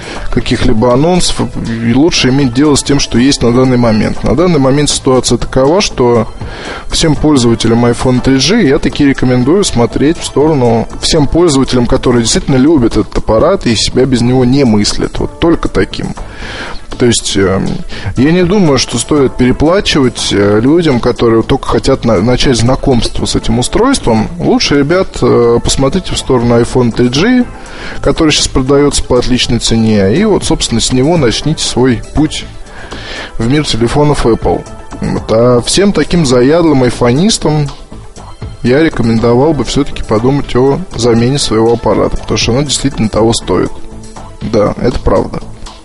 каких-либо анонсов, и лучше иметь дело с тем, что есть на данный момент. На данный момент ситуация такова, что всем пользователям iPhone 3G я таки рекомендую смотреть в сторону всем пользователям, которые действительно любят этот аппарат и себя без него не мыслят. Вот только таким. То есть я не думаю, что стоит переплачивать людям, которые только хотят начать знакомство с этим устройством. Лучше, ребят, посмотрите в сторону iPhone 3G, который сейчас продается по отличной цене, и вот, собственно, с него начните свой путь в мир телефонов Apple. Вот. А всем таким заядлым айфонистам я рекомендовал бы все-таки подумать о замене своего аппарата, потому что оно действительно того стоит. Да, это правда.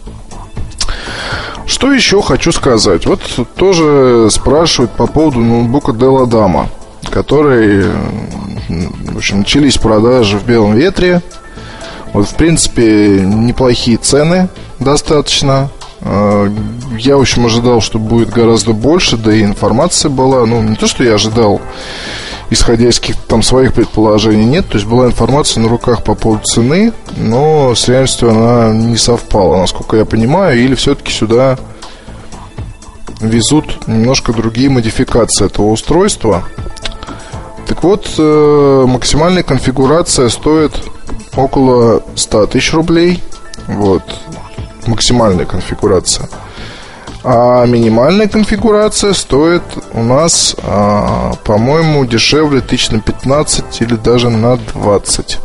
Что еще хочу сказать? Вот тоже спрашивают по поводу ноутбука Dell Adama, который, в общем, начались продажи в белом ветре. Вот, в принципе, неплохие цены достаточно. Я, в общем, ожидал, что будет гораздо больше, да и информация была. Ну, не то, что я ожидал, исходя из каких-то там своих предположений, нет. То есть была информация на руках по поводу цены, но с реальностью она не совпала, насколько я понимаю. Или все-таки сюда везут немножко другие модификации этого устройства. Так вот, максимальная конфигурация стоит около 100 тысяч рублей. Вот, максимальная конфигурация. А минимальная конфигурация стоит у нас, по-моему, дешевле тысяч на 15 или даже на 20.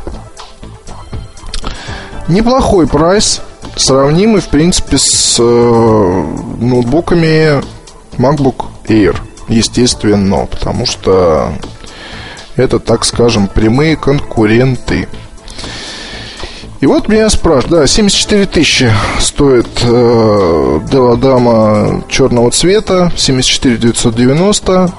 Неплохой прайс, сравнимый, в принципе, с ноутбуками MacBook Air, естественно, потому что это, так скажем, прямые конкуренты. И вот меня спрашивают, да, 74 тысячи стоит Dell Adama черного цвета, 74 990.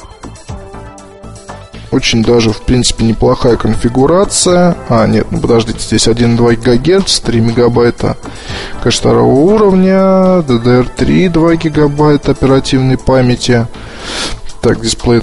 Очень даже, в принципе, неплохая конфигурация. Нет, ну подождите, здесь 1,2 ГГц, 3 мегабайта кэш второго уровня, DDR3 2 гигабайта оперативной памяти. Так, дисплей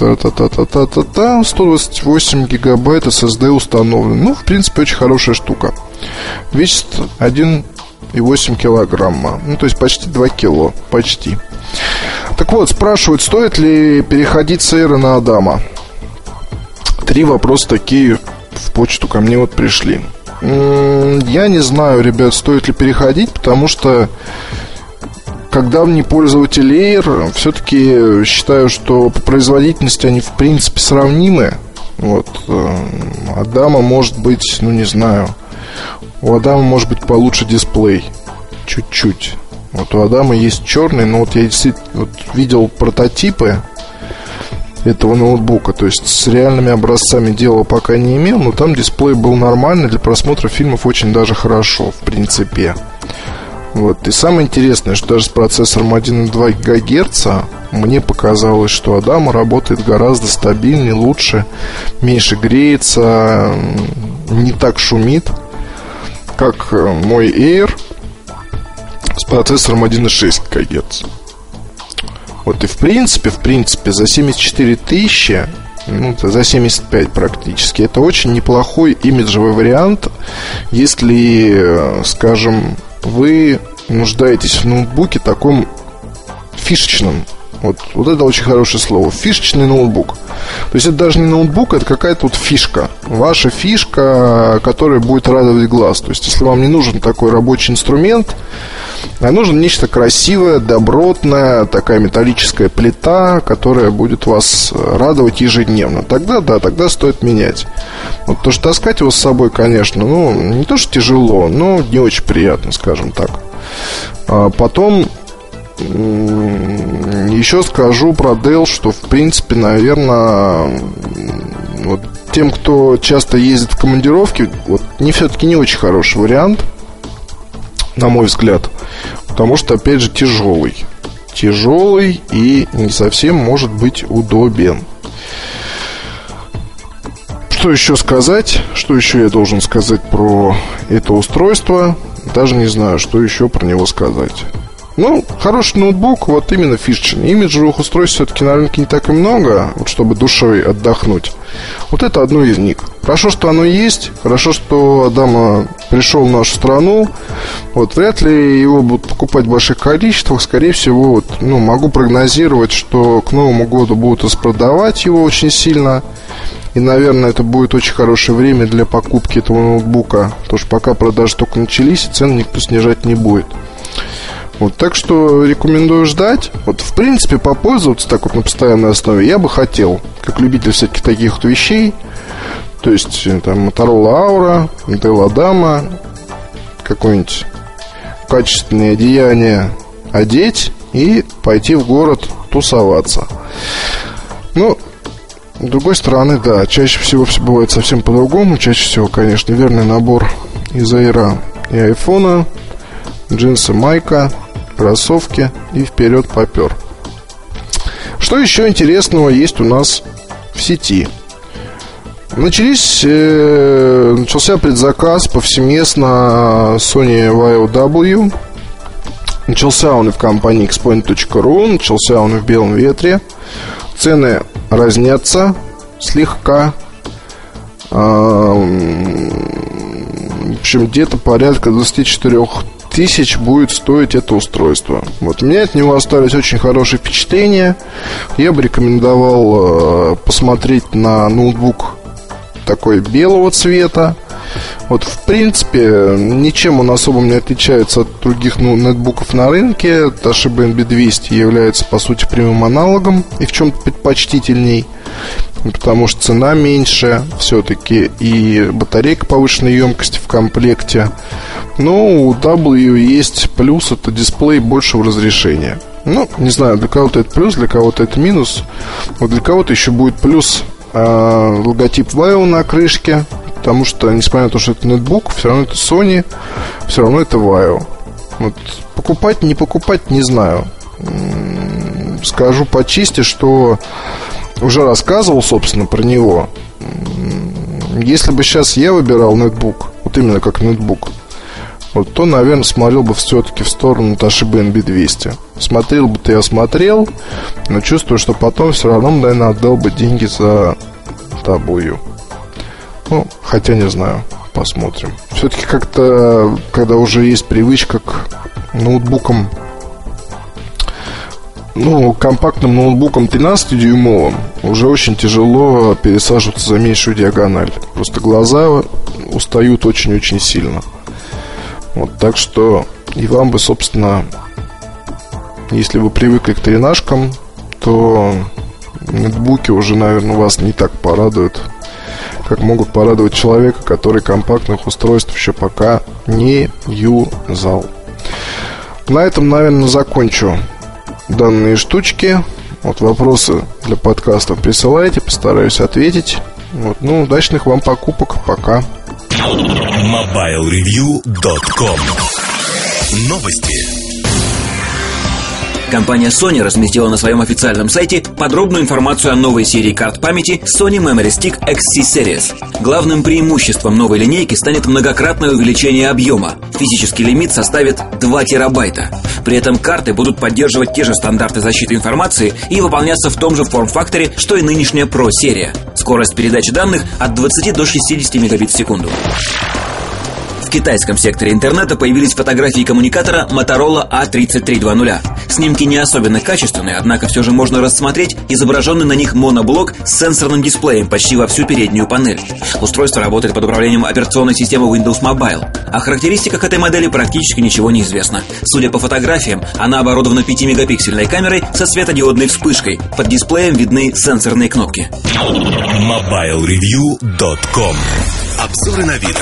128 гигабайт SSD установлен. Ну, в принципе, очень хорошая штука. Весит 1,8 килограмма. Ну, то есть почти 2 кило. Почти. Так вот, спрашивают, стоит ли переходить с Air на Adama. 3 вопроса такие в почту ко мне вот пришли. Я не знаю, ребят, стоит ли переходить, потому что как давний пользователь Air, все-таки считаю, что по производительности они в принципе сравнимы. Вот. Adama может быть, ну не знаю, у Adama может быть получше дисплей. Чуть-чуть. Вот у Adama есть черный, но вот я действительно вот видел прототипы этого ноутбука. То есть с реальными образцами дела пока не имел, но там дисплей был нормальный, для просмотра фильмов очень даже хорошо, в принципе. Вот. И самое интересное, что даже с процессором 1,2 ГГц мне показалось, что Adama работает гораздо стабильнее, лучше, меньше греется, не так шумит, как мой Air с процессором 1,6 ГГц. Вот. И в принципе, за 74 тысячи, ну, за 75 практически, это очень неплохой имиджевый вариант, если, скажем, вы нуждаетесь в ноутбуке таком фишечном. Вот это очень хорошее слово. Фишечный ноутбук. То есть это даже не ноутбук, это какая-то вот фишка. Ваша фишка, которая будет радовать глаз. То есть если вам не нужен такой рабочий инструмент, а нужно нечто красивое, добротное, такая металлическая плита, которая будет вас радовать ежедневно, тогда да, тогда стоит менять. Вот, потому что таскать его с собой, конечно, ну, не то что тяжело, но не очень приятно, скажем так. Потом еще скажу про Dell, что в принципе, наверное, вот, тем, кто часто ездит в командировки, вот, все-таки не очень хороший вариант, на мой взгляд. Потому что, опять же, тяжелый и не совсем может быть удобен. Что еще сказать? Что еще я должен сказать про это устройство? Даже не знаю, что еще про него сказать. Ну, хороший ноутбук, вот именно фишечный. Имиджевых устройств все-таки на рынке не так и много, вот чтобы душой отдохнуть. Вот это одно из них. Хорошо, что оно есть. Хорошо, что Адама пришел в нашу страну. Вот, вряд ли его будут покупать в больших количествах. Скорее всего, вот, могу прогнозировать, что к Новому году будут распродавать его очень сильно. И, наверное, это будет очень хорошее время для покупки этого ноутбука. Потому что пока продажи только начались, и цены никто снижать не будет. Вот, так что рекомендую ждать. Вот, в принципе, попользоваться так вот на постоянной основе я бы хотел, как любитель всяких таких вот вещей. То есть, там, Motorola Aura, Intel Adama, какое-нибудь качественное одеяние одеть и пойти в город тусоваться. Ну, с другой стороны, да, чаще всего все бывает совсем по-другому. Чаще всего, конечно, верный набор из Air и айфона, джинсы, майка, кроссовки и вперед попер. Что еще интересного есть у нас в сети? Начался предзаказ повсеместно Sony Vaio W. Начался он и в компании Xpoint.ru, начался он и в Белом Ветре. Цены разнятся слегка. В общем, где-то порядка 24 тысяч будет стоить это устройство. Вот. У меня от него остались очень хорошие впечатления. Я бы рекомендовал посмотреть на ноутбук такой белого цвета. Вот, в принципе, ничем он особо не отличается от других ноутбуков на рынке. Toshiba NB200 является, по сути, прямым аналогом и в чем-то предпочтительней, потому что цена меньше все-таки и батарейка повышенной емкости в комплекте. Но у W есть плюс, это дисплей большего разрешения. Ну, не знаю, для кого-то это плюс, для кого-то это минус. Вот для кого-то еще будет плюс логотип Vaio на крышке, потому что, несмотря на то, что это ноутбук, все равно это Sony, все равно это Vaio. Вот, покупать, не покупать, не знаю. Скажу по чисти, что уже рассказывал, собственно, про него. Если бы сейчас я выбирал ноутбук, вот именно как ноутбук, вот, то, наверное, смотрел бы все-таки в сторону Toshiba NB200. Смотрел бы-то я смотрел, но чувствую, что потом все равно, наверное, отдал бы деньги за W. Ну, хотя не знаю, посмотрим. Все-таки как-то, когда уже есть привычка к ноутбукам, компактным ноутбукам 13-дюймовым, уже очень тяжело пересаживаться за меньшую диагональ. Просто глаза устают очень-очень сильно. Вот, так что и вам бы, собственно, если вы привыкли к тренажкам, то ноутбуки уже, наверное, вас не так порадуют, как могут порадовать человека, который компактных устройств еще пока не юзал. На этом, наверное, закончу данные штучки. Вот, вопросы для подкаста присылайте, постараюсь ответить. Вот, удачных вам покупок. Пока. MobileReview.com. Новости. Компания Sony разместила на своем официальном сайте подробную информацию о новой серии карт памяти Sony Memory Stick XC Series. Главным преимуществом новой линейки станет многократное увеличение объема. Физический лимит составит 2 терабайта. При этом карты будут поддерживать те же стандарты защиты информации и выполняться в том же форм-факторе, что и нынешняя Pro-серия. Скорость передачи данных от 20 до 60 мегабит в секунду. В китайском секторе интернета появились фотографии коммуникатора Motorola A3320. Снимки не особенно качественные, однако все же можно рассмотреть изображенный на них моноблок с сенсорным дисплеем почти во всю переднюю панель. Устройство работает под управлением операционной системы Windows Mobile. О характеристиках этой модели практически ничего не известно. Судя по фотографиям, она оборудована 5-мегапиксельной камерой со светодиодной вспышкой. Под дисплеем видны сенсорные кнопки. MobileReview.com. Обзоры новинок.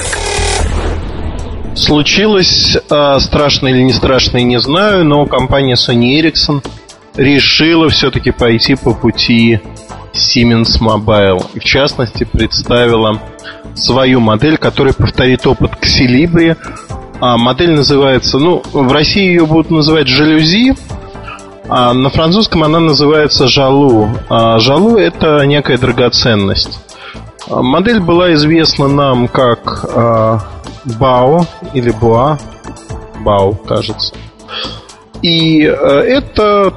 Случилось, страшно или не страшно, не знаю, но компания Sony Ericsson решила все-таки пойти по пути Siemens Mobile. И в частности представила свою модель, которая повторит опыт Xelibri. Модель называется, в России ее будут называть жалюзи, а на французском она называется жалу. Жалу — это некая драгоценность. Модель была известна нам как Бао или Боа. Бао, кажется. И это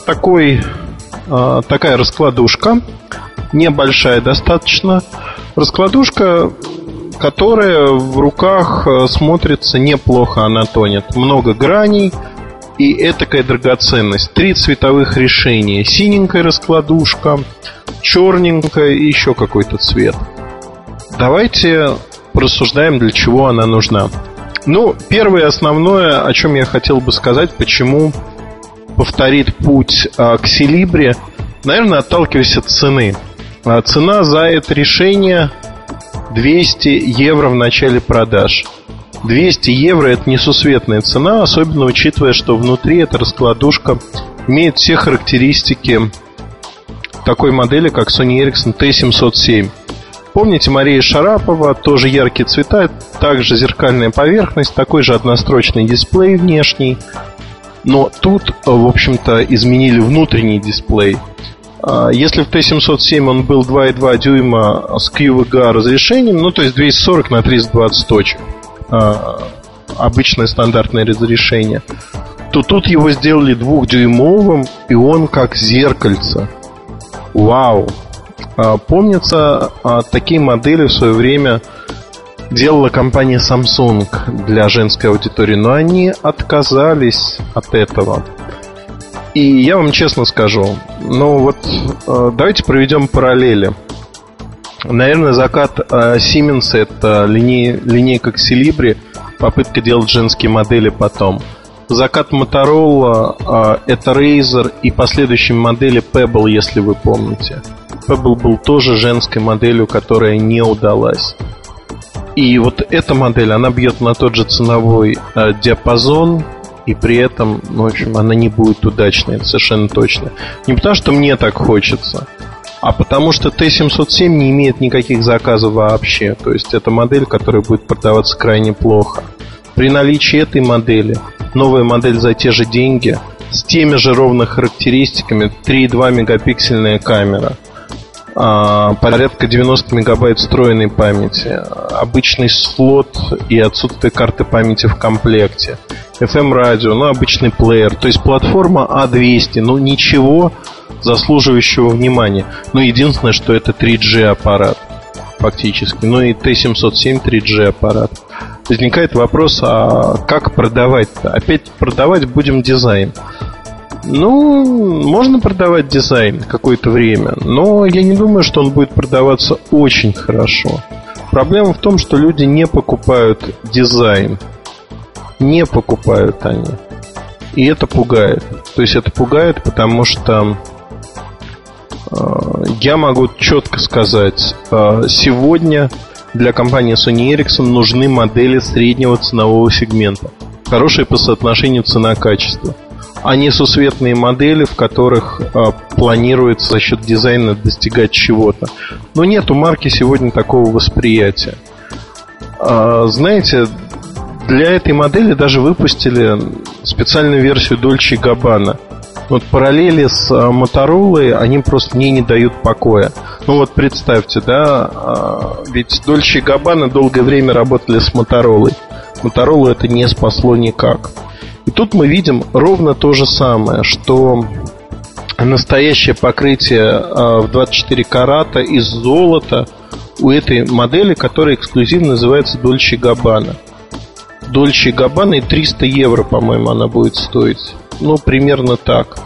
такая раскладушка, небольшая достаточно. Раскладушка которая в руках смотрится неплохо, она тонет. Много граней и этакая драгоценность. 3 цветовых решения. Синенькая раскладушка, черненькая и еще какой-то цвет. Давайте порассуждаем, для чего она нужна. Ну, первое основное, о чем я хотел бы сказать, почему повторит путь к Селибре, наверное, отталкиваясь от цены. Цена за это решение 200 евро в начале продаж. 200 евро – это несусветная цена, особенно учитывая, что внутри эта раскладушка имеет все характеристики такой модели, как Sony Ericsson T707. Помните, Мария Шарапова, тоже яркие цвета, также зеркальная поверхность, такой же однострочный дисплей внешний. Но тут, в общем-то, изменили внутренний дисплей. Если в T707 он был 2,2 дюйма с QVGA разрешением, ну, то есть 240 на 320 точек, обычное стандартное разрешение, то тут его сделали 2-дюймовым, и он как зеркальце. Вау! Помнится, такие модели в свое время делала компания Samsung для женской аудитории, но они отказались от этого. И я вам честно скажу, ну вот давайте проведем параллели. Наверное, закат Siemens — это линейка Xelibri, попытка делать женские модели потом. Закат Motorola — это Razer и последующие модели Pebble, если вы помните. Pebble был тоже женской моделью, которая не удалась. И вот эта модель, она бьет на тот же ценовой диапазон, и при этом, ну, в общем, она не будет удачной, это совершенно точно. Не потому, что мне так хочется, а потому что T707 не имеет никаких заказов вообще. То есть это модель, которая будет продаваться крайне плохо. При наличии этой модели, новая модель за те же деньги, с теми же ровно характеристиками, 3,2 мегапиксельная камера, порядка 90 мегабайт встроенной памяти, обычный слот и отсутствие карты памяти в комплекте, FM-радио, ну, обычный плеер. То есть платформа A200, ну, ничего заслуживающего внимания. Ну, единственное, что это 3G аппарат фактически. Ну, и T707 3G аппарат. Возникает вопрос, а как продавать-то? Опять продавать будем дизайн. Ну, можно продавать дизайн какое-то время, но я не думаю, что он будет продаваться очень хорошо. Проблема в том, что люди не покупают дизайн. Не покупают они. И это пугает. То есть это пугает, потому что я могу четко сказать, сегодня для компании Sony Ericsson нужны модели среднего ценового сегмента. Хорошие по соотношению цена-качество. А не сусветные модели, в которых планируется за счет дизайна достигать чего-то. Но нет у марки сегодня такого восприятия. Знаете, для этой модели даже выпустили специальную версию Dolce & Gabbana. Вот параллели с Motorola, они просто мне не дают покоя. Ну вот представьте, да, ведь Dolce & Gabbana долгое время работали с Motorola. Motorola это не спасло никак. И тут мы видим ровно то же самое, что настоящее покрытие в 24 карата из золота у этой модели, которая эксклюзивно называется Dolce & Gabbana. Dolce & Gabbana и 300 евро, по-моему, она будет стоить. Ну, примерно так.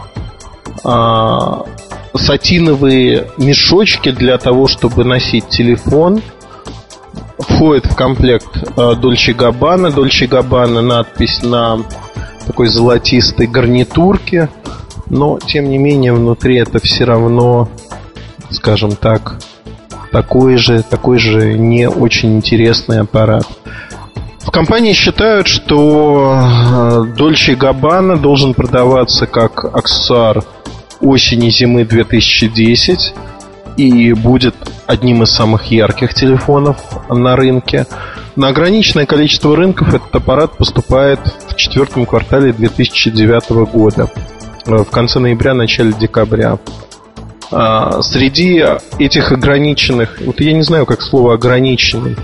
Сатиновые мешочки для того, чтобы носить телефон, входит в комплект Dolce & Gabbana. Dolce & Gabbana надпись на такой золотистой гарнитурке. Но, тем не менее, внутри это все равно, скажем так, такой же не очень интересный аппарат. В компании считают, что Dolce & Gabbana должен продаваться как аксессуар осени-зимы 2010 и будет одним из самых ярких телефонов на рынке. На ограниченное количество рынков этот аппарат поступает в 4 квартале 2009 года, в конце ноября, начале декабря. Среди этих ограниченных, вот я не знаю, как слово «ограниченный»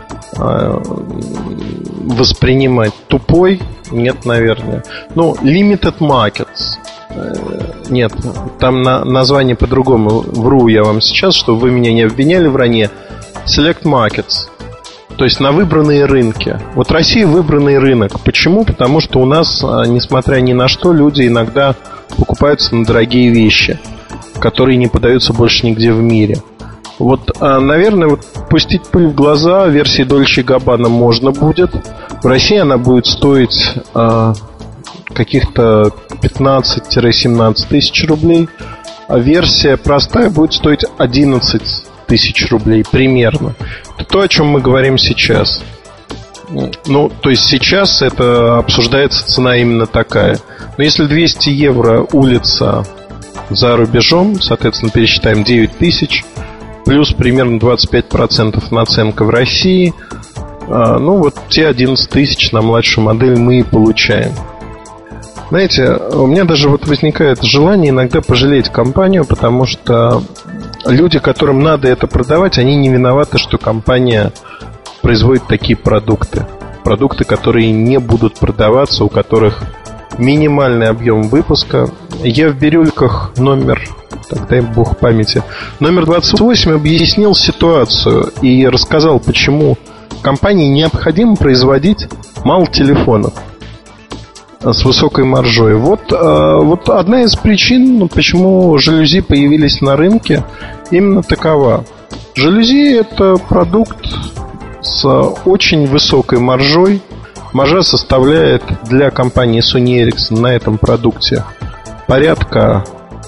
воспринимать, тупой? Нет, наверное. Ну, Limited Markets. Нет, там название по-другому. Вру я вам сейчас, чтобы вы меня не обвиняли в вранье. Select Markets. То есть на выбранные рынки. Вот Россия выбранный рынок. Почему? Потому что у нас, несмотря ни на что, люди иногда покупаются на дорогие вещи, которые не продаются больше нигде в мире. Вот, наверное, вот пустить пыль в глаза версии Dolce & Gabbana можно будет. В России она будет стоить каких-то 15-17 тысяч рублей. А версия простая будет стоить 11 тысяч рублей примерно. Это то, о чем мы говорим сейчас. Ну, то есть сейчас это обсуждается цена именно такая. Но если 200 евро улица за рубежом, соответственно, пересчитаем 9 тысяч, плюс примерно 25% наценка в России, ну, вот те 11 тысяч на младшую модель мы и получаем. Знаете, у меня даже вот возникает желание иногда пожалеть компанию, потому что люди, которым надо это продавать, они не виноваты, что компания производит такие продукты. Продукты, которые не будут продаваться, у которых минимальный объем выпуска. Я в бирюльках номер, так дай бог памяти, номер 28 объяснил ситуацию и рассказал, почему компании необходимо производить мало телефонов с высокой маржой. Вот одна из причин, почему жалюзи появились на рынке, именно такова. Жалюзи — это продукт с очень высокой маржой. Маржа составляет для компании Sony Ericsson на этом продукте порядка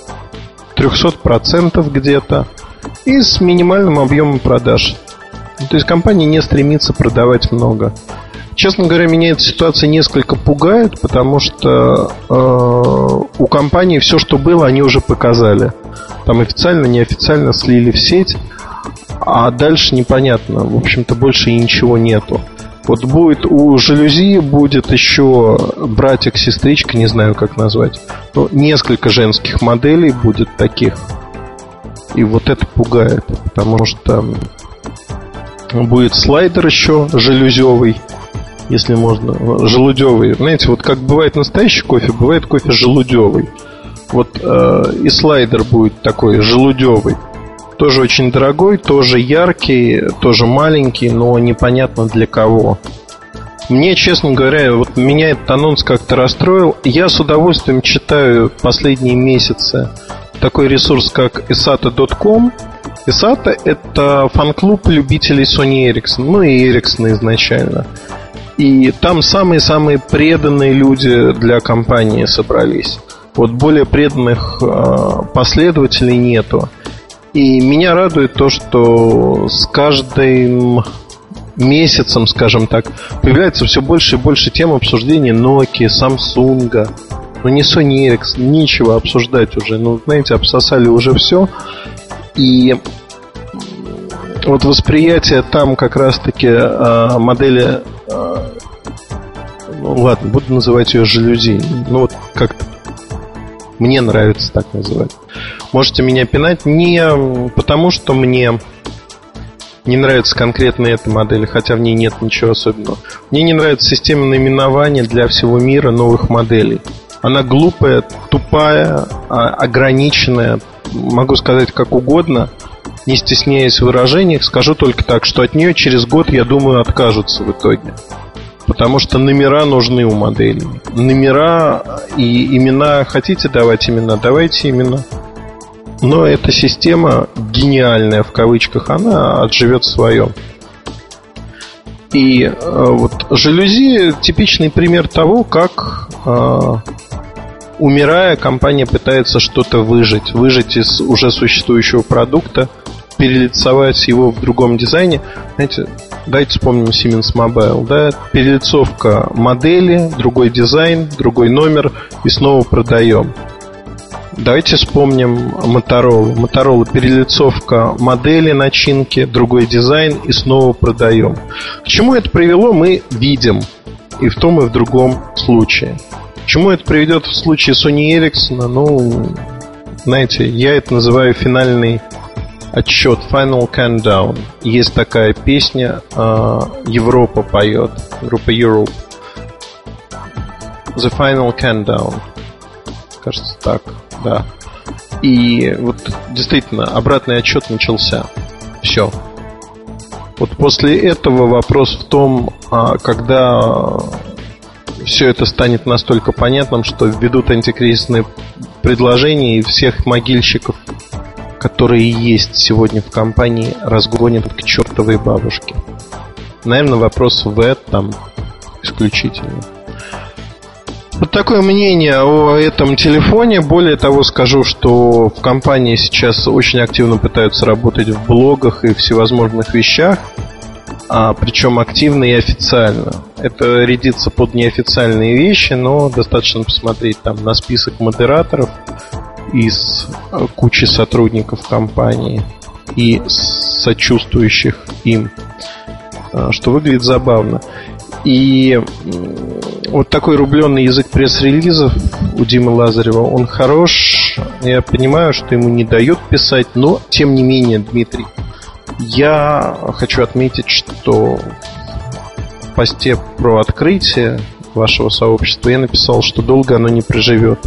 300% где-то и с минимальным объемом продаж. То есть компания не стремится продавать много. Честно говоря, меня эта ситуация несколько пугает, потому что у компании все, что было, они уже показали. Там официально, неофициально слили в сеть, а дальше непонятно. В общем-то, больше и ничего нету. Вот будет у жалюзи, будет еще братик, сестричка, не знаю, как назвать. Ну, несколько женских моделей будет таких. И вот это пугает, потому что будет слайдер еще жалюзевый, если можно, желудевый. Знаете, вот как бывает настоящий кофе, бывает кофе желудевый. Вот и слайдер будет такой желудевый. Тоже очень дорогой, тоже яркий, тоже маленький, но непонятно для кого. Мне, честно говоря, вот меня этот анонс как-то расстроил. Я с удовольствием читаю последние месяцы такой ресурс, как esata.com. Esata — это фан-клуб любителей Sony Ericsson, ну и Ericsson изначально. И там самые-самые преданные люди для компании собрались. Вот более преданных последователей нету. И меня радует то, что с каждым месяцем, скажем так, появляется все больше и больше тем обсуждения Nokia, Samsung. Ну не Sony Ericsson, нечего обсуждать уже. Ну, знаете, обсосали уже все. И вот восприятие там как раз-таки модели... ну ладно, буду называть ее жалюзи. Ну вот как-то мне нравится так называть. Можете меня пинать не потому, что мне не нравится конкретно эта модель, хотя в ней нет ничего особенного. Мне не нравится система наименования для всего мира новых моделей. Она глупая, тупая, ограниченная. Могу сказать как угодно, не стесняясь в выражениях. Скажу только так, что от нее через год, я думаю, откажутся в итоге. Потому что номера нужны у моделей. Номера и имена. Хотите давать имена? Давайте имена. Но эта система гениальная, в кавычках, она отживет свое. И вот жалюзи — типичный пример того, как, умирая, компания пытается что-то выжать из уже существующего продукта, перелицовать его в другом дизайне. Знаете, давайте вспомним Siemens Mobile, да? Перелицовка модели, другой дизайн, другой номер, и снова продаем. Давайте вспомним Motorola. Motorola — перелицовка модели, начинки, другой дизайн, и снова продаем. К чему это привело, мы видим и в том, и в другом случае. К чему это приведет в случае Sony Ericsson? Ну, знаете, я это называю финальный отсчет, Final Countdown. Есть такая песня, Европа поет, группа Europe. The Final Countdown. Кажется, так, да. И вот действительно обратный отсчет начался. Все. Вот после этого вопрос в том, когда все это станет настолько понятным, что введут антикризисные предложения и всех могильщиков, которые есть сегодня в компании, разгонят к чертовой бабушке. Наверное, вопрос в этом исключительно. Вот такое мнение о этом телефоне. Более того, скажу, что в компании сейчас очень активно пытаются работать в блогах и всевозможных вещах, причем активно и официально. Это рядится под неофициальные вещи, но достаточно посмотреть там на список модераторов из кучи сотрудников компании и сочувствующих им, что выглядит забавно. И вот такой рубленый язык пресс-релизов у Димы Лазарева, он хорош. Я понимаю, что ему не дают писать, но тем не менее, Дмитрий, я хочу отметить, что в посте про открытие вашего сообщества я написал, что долго оно не проживет.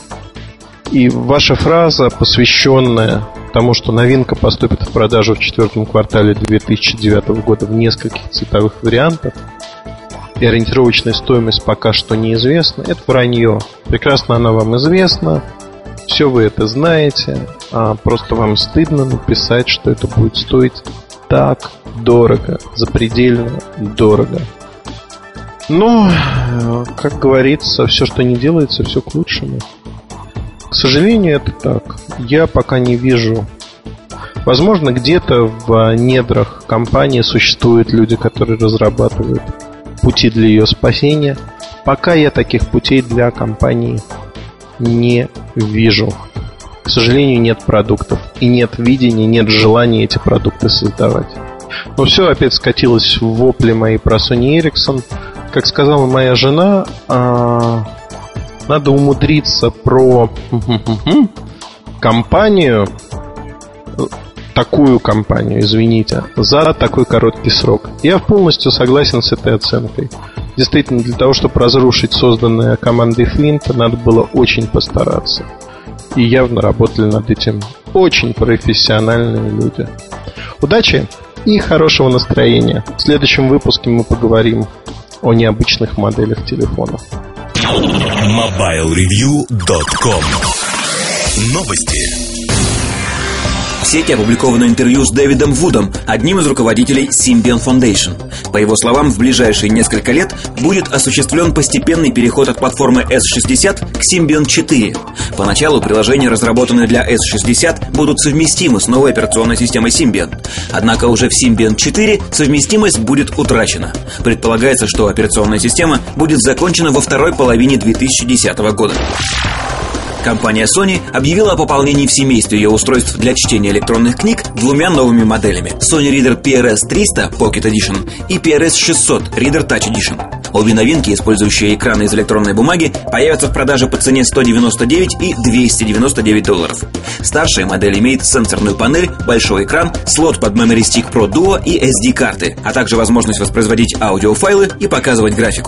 И ваша фраза, посвященная тому, что новинка поступит в продажу в 4 квартале 2009 года в нескольких цветовых вариантах, и ориентировочная стоимость пока что неизвестна, это вранье. Прекрасно она вам известна, все вы это знаете, просто вам стыдно написать, что это будет стоить так дорого, запредельно дорого. Но, как говорится, все, что не делается, все к лучшему. К сожалению, это так. Я пока не вижу. Возможно, где-то в недрах компании существуют люди, которые разрабатывают пути для ее спасения. Пока я таких путей для компании не вижу. К сожалению, нет продуктов. И нет видения, нет желания эти продукты создавать. Но все опять скатилось в вопли мои про Sony Ericsson. Как сказала моя жена, надо умудриться про компанию, такую компанию, извините, за такой короткий срок. Я полностью согласен с этой оценкой. Действительно, для того, чтобы разрушить созданное командой Флинта, надо было очень постараться. И явно работали над этим очень профессиональные люди. Удачи и хорошего настроения. В следующем выпуске мы поговорим о необычных моделях телефонов. MobileReview.com. Новости. В сети опубликовано интервью с Дэвидом Вудом, одним из руководителей Symbian Foundation. По его словам, в ближайшие несколько лет будет осуществлен постепенный переход от платформы S60 к Symbian 4. Поначалу приложения, разработанные для S60, будут совместимы с новой операционной системой Symbian. Однако уже в Symbian 4 совместимость будет утрачена. Предполагается, что операционная система будет закончена во второй половине 2010 года. Компания Sony объявила о пополнении в семействе ее устройств для чтения электронных книг двумя новыми моделями: Sony Reader PRS-300 Pocket Edition и PRS-600 Reader Touch Edition. Обе новинки, использующие экраны из электронной бумаги, появятся в продаже по цене $199 и $299. Старшая модель имеет сенсорную панель, большой экран, слот под Memory Stick Pro Duo и SD-карты, а также возможность воспроизводить аудиофайлы и показывать графику.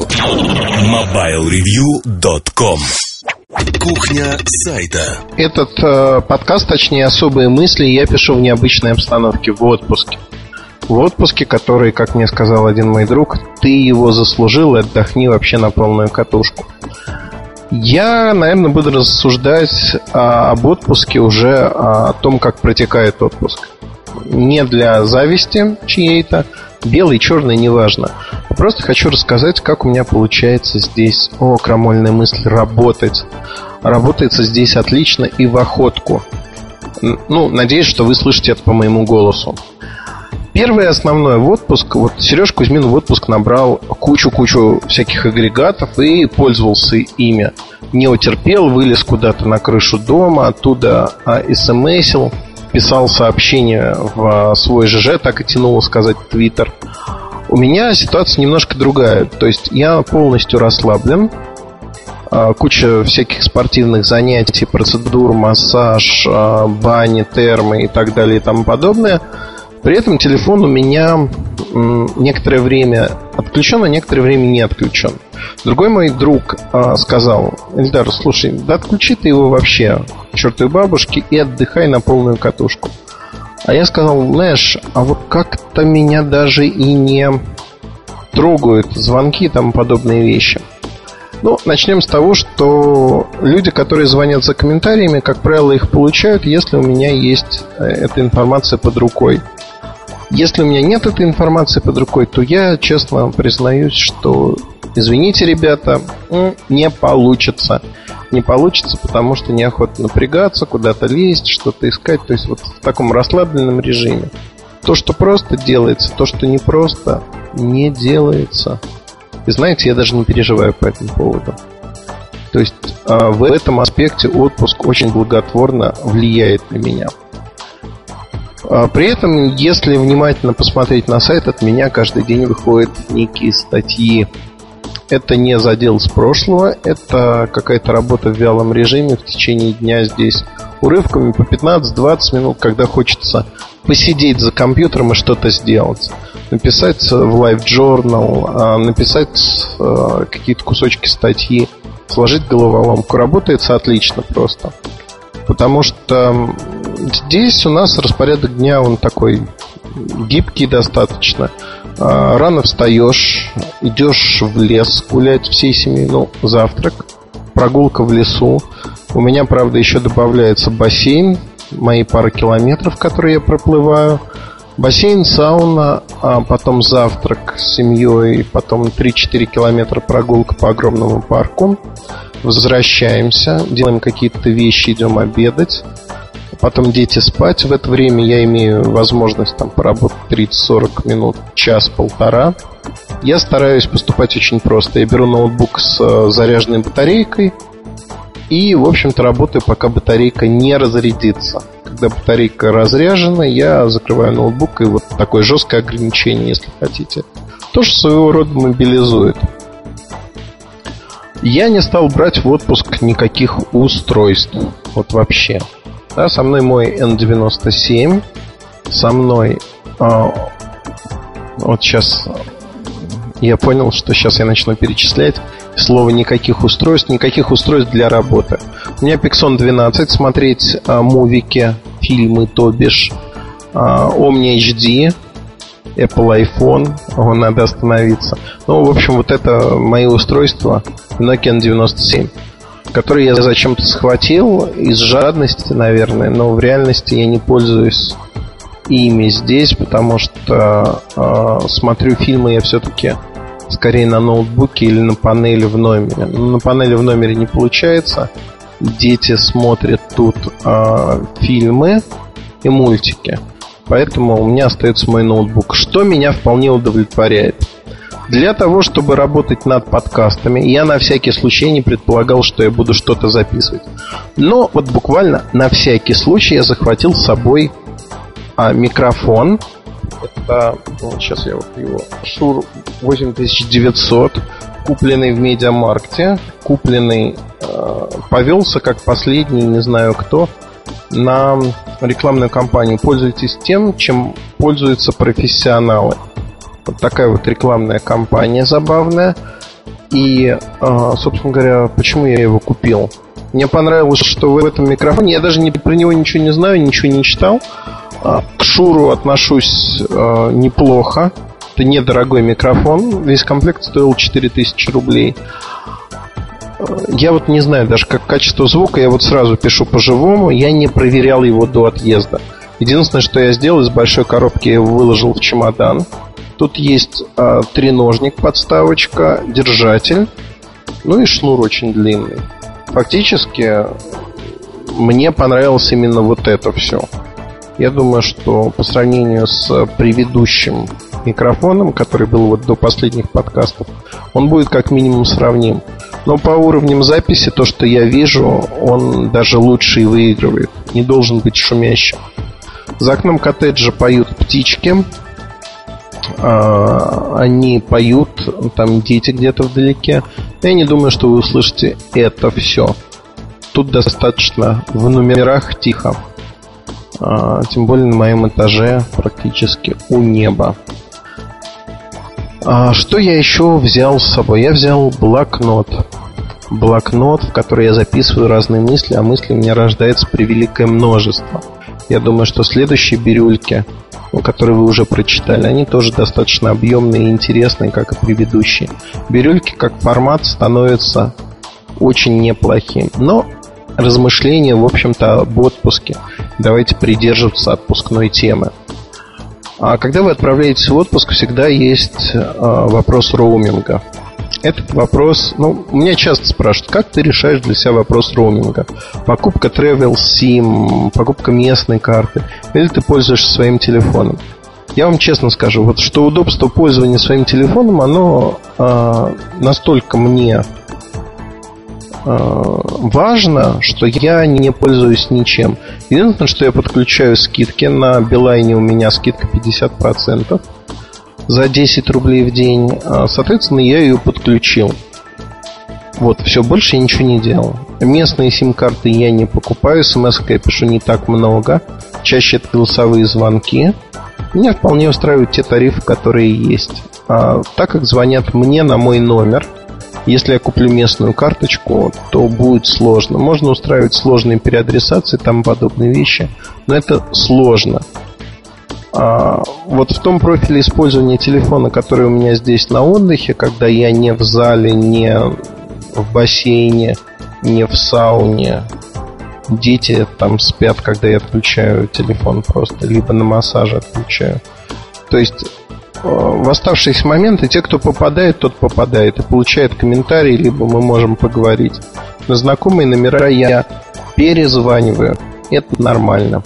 MobileReview.com. Кухня сайта. Этот подкаст, точнее особые мысли, я пишу в необычной обстановке, в отпуске. В отпуске, который, как мне сказал один мой друг, ты его заслужил, отдохни вообще на полную катушку. Я, наверное, буду рассуждать об отпуске уже, о том, как протекает отпуск. Не для зависти чьей-то, белый, черный, неважно. Просто хочу рассказать, как у меня получается здесь, крамольная мысль, работать. Работается здесь отлично и в охотку. Надеюсь, что вы слышите это по моему голосу. Первое основное в отпуск. Вот Сереж Кузьмин в отпуск набрал кучу всяких агрегатов и пользовался ими. Не утерпел, вылез куда-то на крышу дома, оттуда смсил, писал сообщение в свой ЖЖ, так и тянуло сказать Твиттер. У меня ситуация немножко другая. То есть я полностью расслаблен. Куча всяких спортивных занятий, процедур, массаж, бани, термы и так далее и тому подобное. При этом телефон у меня некоторое время отключен, а некоторое время не отключен. Другой мой друг сказал: Эльдар, слушай, да отключи ты его вообще к чертовой бабушке и отдыхай на полную катушку. А я сказал: знаешь, а вот как-то меня даже и не трогают звонки и тому подобные вещи. Ну, начнем с того, что люди, которые звонят за комментариями, как правило, их получают, если у меня есть эта информация под рукой. Если у меня нет этой информации под рукой, то я честно признаюсь, что, извините, ребята, не получится. Не получится, потому что неохота напрягаться, куда-то лезть, что-то искать. То есть вот в таком расслабленном режиме. То, что просто делается, то, что не просто, не делается. И знаете, я даже не переживаю по этому поводу. То есть в этом аспекте отпуск очень благотворно влияет на меня. При этом, если внимательно посмотреть на сайт, от меня каждый день выходят некие статьи. Это не задел с прошлого, это какая-то работа в вялом режиме в течение дня здесь урывками по 15-20 минут, когда хочется посидеть за компьютером и что-то сделать. Написать в Live Journal, написать какие-то кусочки статьи, сложить головоломку. Работает отлично просто. Потому что здесь у нас распорядок дня, он такой гибкий достаточно. Рано встаешь, идешь в лес гулять всей семьей, завтрак, прогулка в лесу. У меня, правда, еще добавляется бассейн, мои пара километров, которые я проплываю. Бассейн, сауна, а потом завтрак с семьей, потом 3-4 километра прогулка по огромному парку. Возвращаемся, делаем какие-то вещи, идем обедать. Потом дети спать. В это время я имею возможность там поработать 30-40 минут, час-полтора. Я стараюсь поступать очень просто. Я беру ноутбук с заряженной батарейкой и, в общем-то, работаю, пока батарейка не разрядится. Когда батарейка разряжена, я закрываю ноутбук. И вот такое жесткое ограничение, если хотите, тоже своего рода мобилизует. Я не стал брать в отпуск никаких устройств. Вот вообще. Да, со мной мой N97. Со мной вот сейчас я понял, что сейчас я начну перечислять. Слово никаких устройств для работы. У меня Pixon 12, смотреть мувики, фильмы, то бишь Omni HD, Apple iPhone, надо остановиться. В общем, вот это мои устройства Nokia N97, которые я зачем-то схватил из жадности, наверное, но в реальности я не пользуюсь ими здесь, потому что смотрю фильмы я все-таки скорее на ноутбуке или на панели в номере. На панели в номере не получается. Дети смотрят тут фильмы и мультики. Поэтому у меня остается мой ноутбук, что меня вполне удовлетворяет. Для того, чтобы работать над подкастами, я на всякий случай не предполагал, что я буду что-то записывать. Но вот буквально на всякий случай я захватил с собой микрофон. Это, сейчас я вот его, Shure 8900, купленный в Медиамаркте, повелся как последний, не знаю кто, на рекламную кампанию. Пользуйтесь тем, чем пользуются профессионалы. Вот такая вот рекламная кампания забавная. И, собственно говоря, почему я его купил? Мне понравилось, что в этом микрофоне, я даже про него ничего не знаю, ничего не читал. К Шуру отношусь неплохо. Это недорогой микрофон. Весь комплект стоил 4000 рублей. Я вот не знаю даже как качество звука. Я вот сразу пишу по-живому. Я не проверял его до отъезда. Единственное, что я сделал, из большой коробки я его выложил в чемодан. Тут есть треножник, подставочка, держатель. И шнур очень длинный. Фактически мне понравилось именно вот это все. Я думаю, что по сравнению с предыдущим микрофоном, который был вот до последних подкастов, он будет как минимум сравним. Но по уровням записи, то, что я вижу, он даже лучше и выигрывает. Не должен быть шумящим. За окном коттеджа поют птички. Они поют, там дети где-то вдалеке. Я не думаю, что вы услышите это все. Тут достаточно в номерах тихо. Тем более на моем этаже, практически у неба. Что я еще взял с собой? Я взял блокнот. блокнот, в который я записываю разные мысли, а мыслей у меня рождается превеликое множество. Я думаю, что следующие бирюльки, которые вы уже прочитали, они тоже достаточно объемные и интересные, как и предыдущие. Бирюльки как формат становятся очень неплохим. Но размышления, в общем-то, об отпуске. Давайте придерживаться отпускной темы. А когда вы отправляетесь в отпуск, всегда есть вопрос роуминга. Этот вопрос, меня часто спрашивают, как ты решаешь для себя вопрос роуминга? Покупка Travel SIM, покупка местной карты, или ты пользуешься своим телефоном? Я вам честно скажу, что удобство пользования своим телефоном, оно настолько мне важно, что я не пользуюсь ничем. Единственное, что я подключаю скидки. На Билайне у меня скидка 50% за 10 рублей в день. Соответственно, я ее подключил. Все, больше я ничего не делал. Местные сим-карты я не покупаю. СМС я пишу не так много. Чаще это голосовые звонки. Меня вполне устраивают те тарифы, которые есть. Так как звонят мне на мой номер, если я куплю местную карточку, то будет сложно. Можно устраивать сложные переадресации, там подобные вещи, но это сложно. В том профиле использования телефона, который у меня здесь на отдыхе, когда я не в зале, не в бассейне, не в сауне, дети там спят, когда я отключаю телефон просто, либо на массаже отключаю. То есть в оставшиеся моменты те, кто попадает, тот попадает и получает комментарии, либо мы можем поговорить. На знакомые номера я перезваниваю. Это нормально.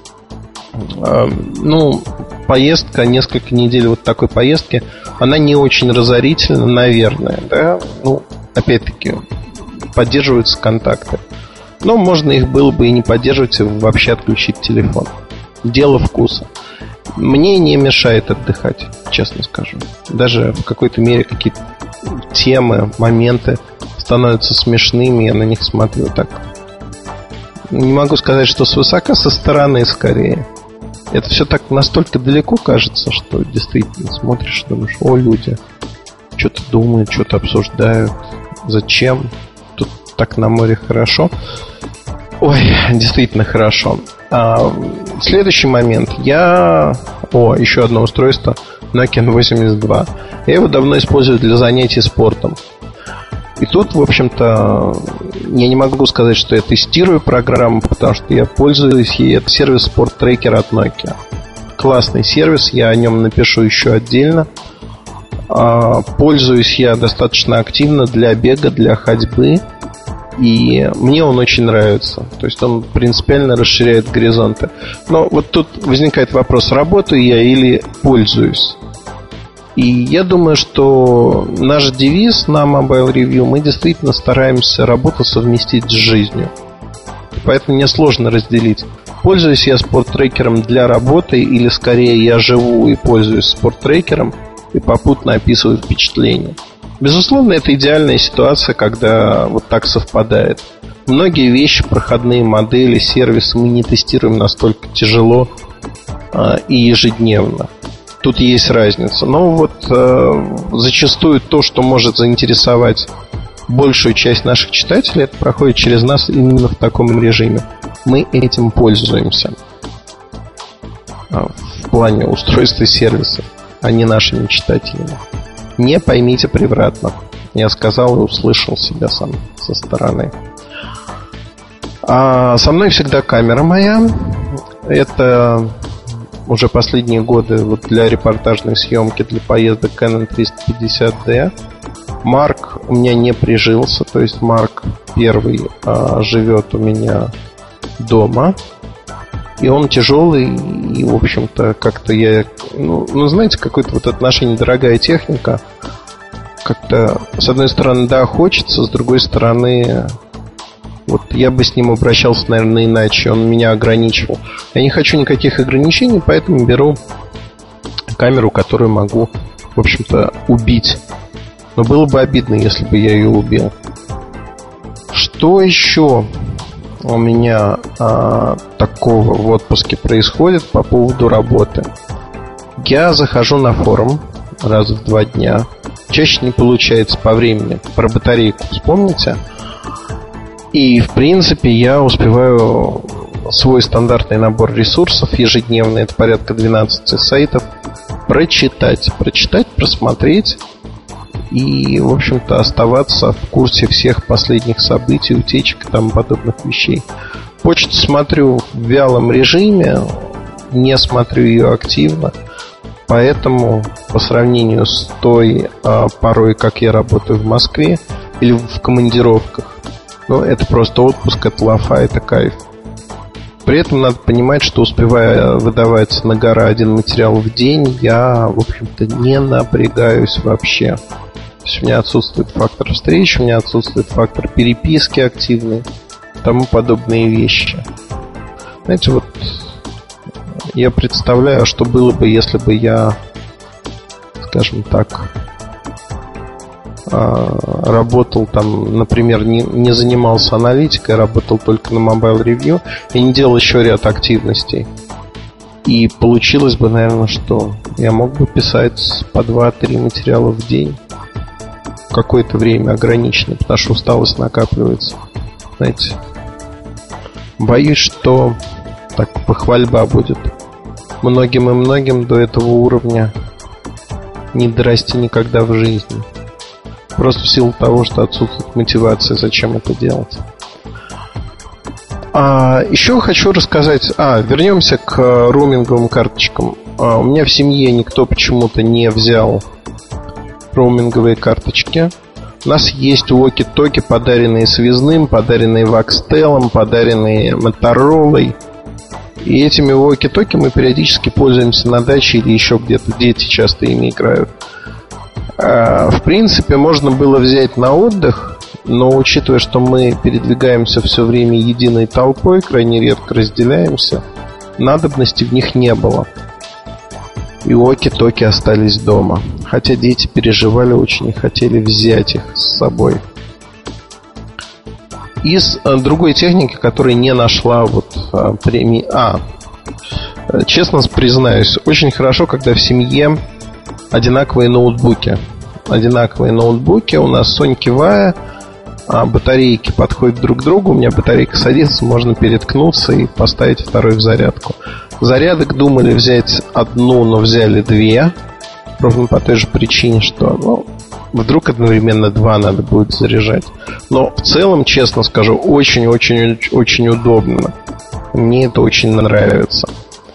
Поездка, несколько недель такой поездки, она не очень разорительна, наверное, да? Опять-таки, поддерживаются контакты. Но можно их было бы и не поддерживать, и вообще отключить телефон. Дело вкуса. Мне не мешает отдыхать, честно скажу. Даже в какой-то мере какие-то темы, моменты становятся смешными, я на них смотрю так. Не могу сказать, что свысока, со стороны скорее. Это все так настолько далеко кажется, что действительно смотришь и думаешь: о, люди что-то думают, что-то обсуждают. Зачем? Тут так на море хорошо. Ой, действительно хорошо. Следующий момент. Еще одно устройство Nokia N82. Я его давно использую для занятий спортом. И тут, в общем-то, я не могу сказать, что я тестирую программу, потому что я пользуюсь ей. Это сервис Sport Tracker от Nokia. Классный сервис, я о нем напишу еще отдельно. Пользуюсь я достаточно активно для бега, для ходьбы. И мне он очень нравится. То есть он принципиально расширяет горизонты. Но тут возникает вопрос: работаю я или пользуюсь? И я думаю, что наш девиз на Mobile Review: мы действительно стараемся работу совместить с жизнью. Поэтому мне сложно разделить, пользуюсь я спорттрекером для работы или скорее я живу и пользуюсь спорттрекером и попутно описываю впечатления. Безусловно, это идеальная ситуация, когда так совпадает. Многие вещи, проходные модели, сервисы мы не тестируем настолько тяжело и ежедневно. Тут есть разница. Но зачастую то, что может заинтересовать большую часть наших читателей, это проходит через нас именно в таком режиме. Мы этим пользуемся в плане устройства и сервисов, а не нашими читателями. Не поймите превратно. Я сказал и услышал себя сам со стороны. Со мной всегда камера моя. Это уже последние годы для репортажной съемки, для поездок Canon 350D. Марк у меня не прижился. То есть Марк первый живет у меня дома. И он тяжелый. И, в общем-то, как-то я... знаете, какое-то отношение дорогая техника. Как-то, с одной стороны, да, хочется. С другой стороны, я бы с ним обращался, наверное, иначе. Он меня ограничивал. Я не хочу никаких ограничений, поэтому беру камеру, которую могу, в общем-то, убить. Но было бы обидно, если бы я ее убил. Что еще у меня такого в отпуске происходит по поводу работы? Я захожу на форум раз в 2 дня. чаще не получается по времени. Про батарейку вспомните. И, в принципе, я успеваю свой стандартный набор ресурсов ежедневно, это порядка 12 сайтов, прочитать, просмотреть и, в общем-то, оставаться в курсе всех последних событий, утечек и тому подобных вещей. Почту смотрю в вялом режиме, не смотрю ее активно, поэтому по сравнению с той порой, как я работаю в Москве или в командировках, это просто отпуск, это лафа, это кайф. При этом надо понимать, что успевая выдавать на гора один материал в день, я, в общем-то, не напрягаюсь вообще. То есть у меня отсутствует фактор встреч, у меня отсутствует фактор переписки активной, тому подобные вещи. Знаете, вот я представляю, что было бы, если бы я, скажем так, работал там, например, не занимался аналитикой, работал только на Mobile Review и не делал еще ряд активностей. И получилось бы, наверное, что я мог бы писать по 2-3 материала в день. Какое-то время ограниченное, потому что усталость накапливается. Знаете, боюсь, что так похвальба будет. Многим и многим до этого уровня не дорасти никогда в жизни. Просто в силу того, что отсутствует мотивация, зачем это делать. Еще хочу рассказать. Вернемся к роуминговым карточкам. У меня в семье никто почему-то не взял роуминговые карточки. У нас есть walkie-talkie, подаренные связным, подаренные Voxtel, подаренные Motorola. И этими walkie-talkie мы периодически пользуемся на даче или еще где-то. Дети часто ими играют. В принципе, можно было взять на отдых, но учитывая, что мы передвигаемся все время единой толпой, крайне редко разделяемся, надобности в них не было. И walkie-talkie остались дома. Хотя дети переживали очень и хотели взять их с собой. Из другой техники, которая не нашла премии... честно признаюсь, очень хорошо, когда в семье одинаковые ноутбуки. У нас Sony Vaio, батарейки подходят друг к другу. У меня батарейка садится, можно переткнуться и поставить второй в зарядку. Зарядок думали взять одну, но взяли две. Ровно по той же причине, что вдруг одновременно два надо будет заряжать. Но в целом, честно скажу, очень-очень-очень удобно. Мне это очень нравится.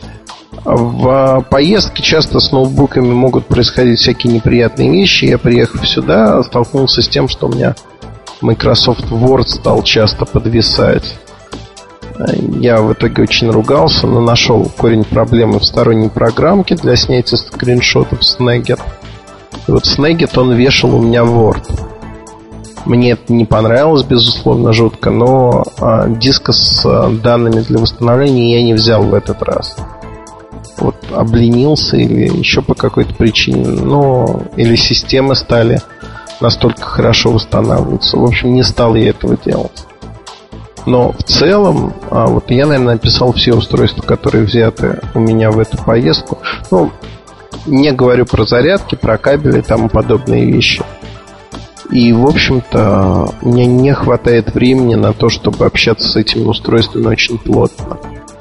В поездке часто с ноутбуками могут происходить всякие неприятные вещи. Я, приехав сюда, столкнулся с тем, что у меня Microsoft Word стал часто подвисать. Я в итоге очень ругался, но нашел корень проблемы в сторонней программке для снятия скриншотов Snagit. И вот Snagit, он вешал у меня Word. Мне это не понравилось, безусловно, жутко, но диска с данными для восстановления я не взял в этот раз. Обленился или еще по какой-то причине, или системы стали настолько хорошо восстанавливаться. В общем, не стал я этого делать. Но в целом, я, наверное, написал все устройства, которые взяты у меня в эту поездку. Не говорю про зарядки, про кабели и тому подобные вещи. И, в общем-то, мне не хватает времени на то, чтобы общаться с этими устройствами очень плотно.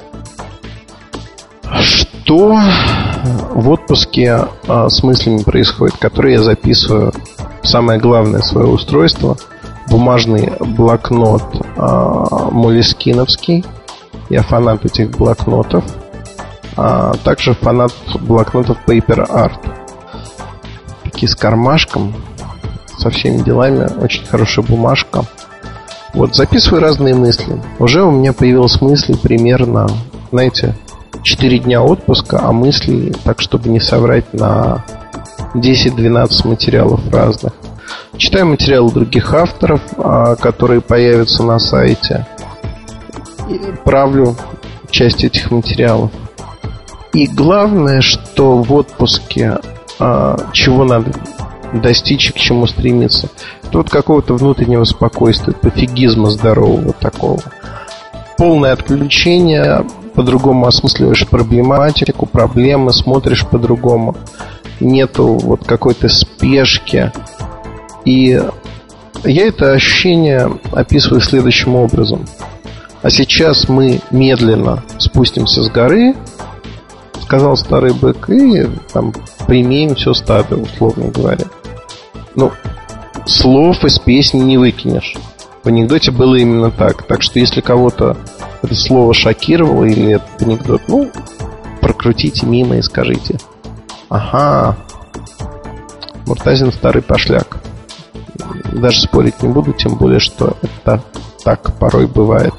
Что в отпуске с мыслями происходит, которые я записываю в самое главное свое устройство. Бумажный блокнот молескиновский. Я фанат этих блокнотов. Также фанат блокнотов Paper Art. Такие с кармашком, со всеми делами. Очень хорошая бумажка. Записываю разные мысли. Уже у меня появилась мысль примерно, 4 дня отпуска, а мыслей, так чтобы не соврать, на 10-12 материалов разных. Читаю материалы других авторов, которые появятся на сайте, и правлю часть этих материалов. И главное, что в отпуске чего надо достичь и к чему стремиться, это какого-то внутреннего спокойствия, пофигизма здорового такого. Полное отключение, по-другому осмысливаешь проблематику, проблемы, смотришь по-другому. нету вот какой-то спешки. И я это ощущение описываю следующим образом. А сейчас мы медленно спустимся с горы, сказал старый бык, и там примем все стадо, условно говоря. Ну, слов из песни не выкинешь. В анекдоте было именно так. Так что если кого-то это слово шокировало или этот анекдот, ну, прокрутите мимо и скажите: ага, Муртазин старый пошляк. Даже спорить не буду, тем более, что это так порой бывает.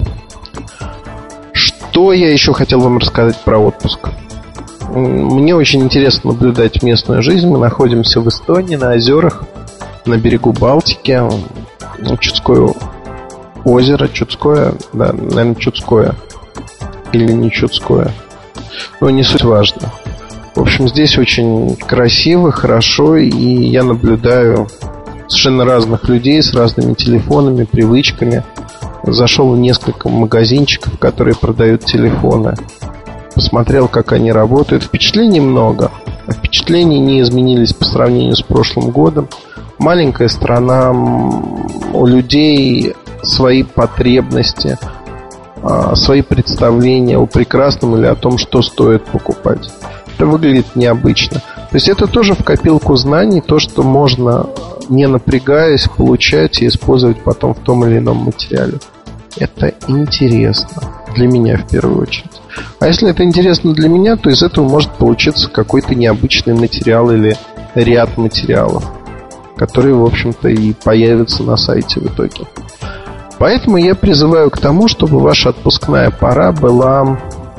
Что я еще хотел вам рассказать про отпуск? Мне очень интересно наблюдать местную жизнь. Мы находимся в Эстонии, на озерах, на берегу Балтики. Чудское озеро, Чудское, да, наверное, Чудское. Или не Чудское. Но не суть важно. В общем, здесь очень красиво, хорошо. И я наблюдаю совершенно разных людей с разными телефонами, привычками. Зашел в несколько магазинчиков, которые продают телефоны. Посмотрел, как они работают. Впечатлений много. Впечатления не изменились по сравнению с прошлым годом. Маленькая страна, у людей свои потребности, свои представления о прекрасном или о том, что стоит покупать. Это выглядит необычно. То есть это тоже в копилку знаний, то, что можно, не напрягаясь, получать и использовать потом в том или ином материале. Это интересно. Для меня в первую очередь. А если это интересно для меня, то из этого может получиться какой-то необычный материал или ряд материалов, которые, в общем-то, и появятся на сайте в итоге. Поэтому я призываю к тому, чтобы ваша отпускная пора была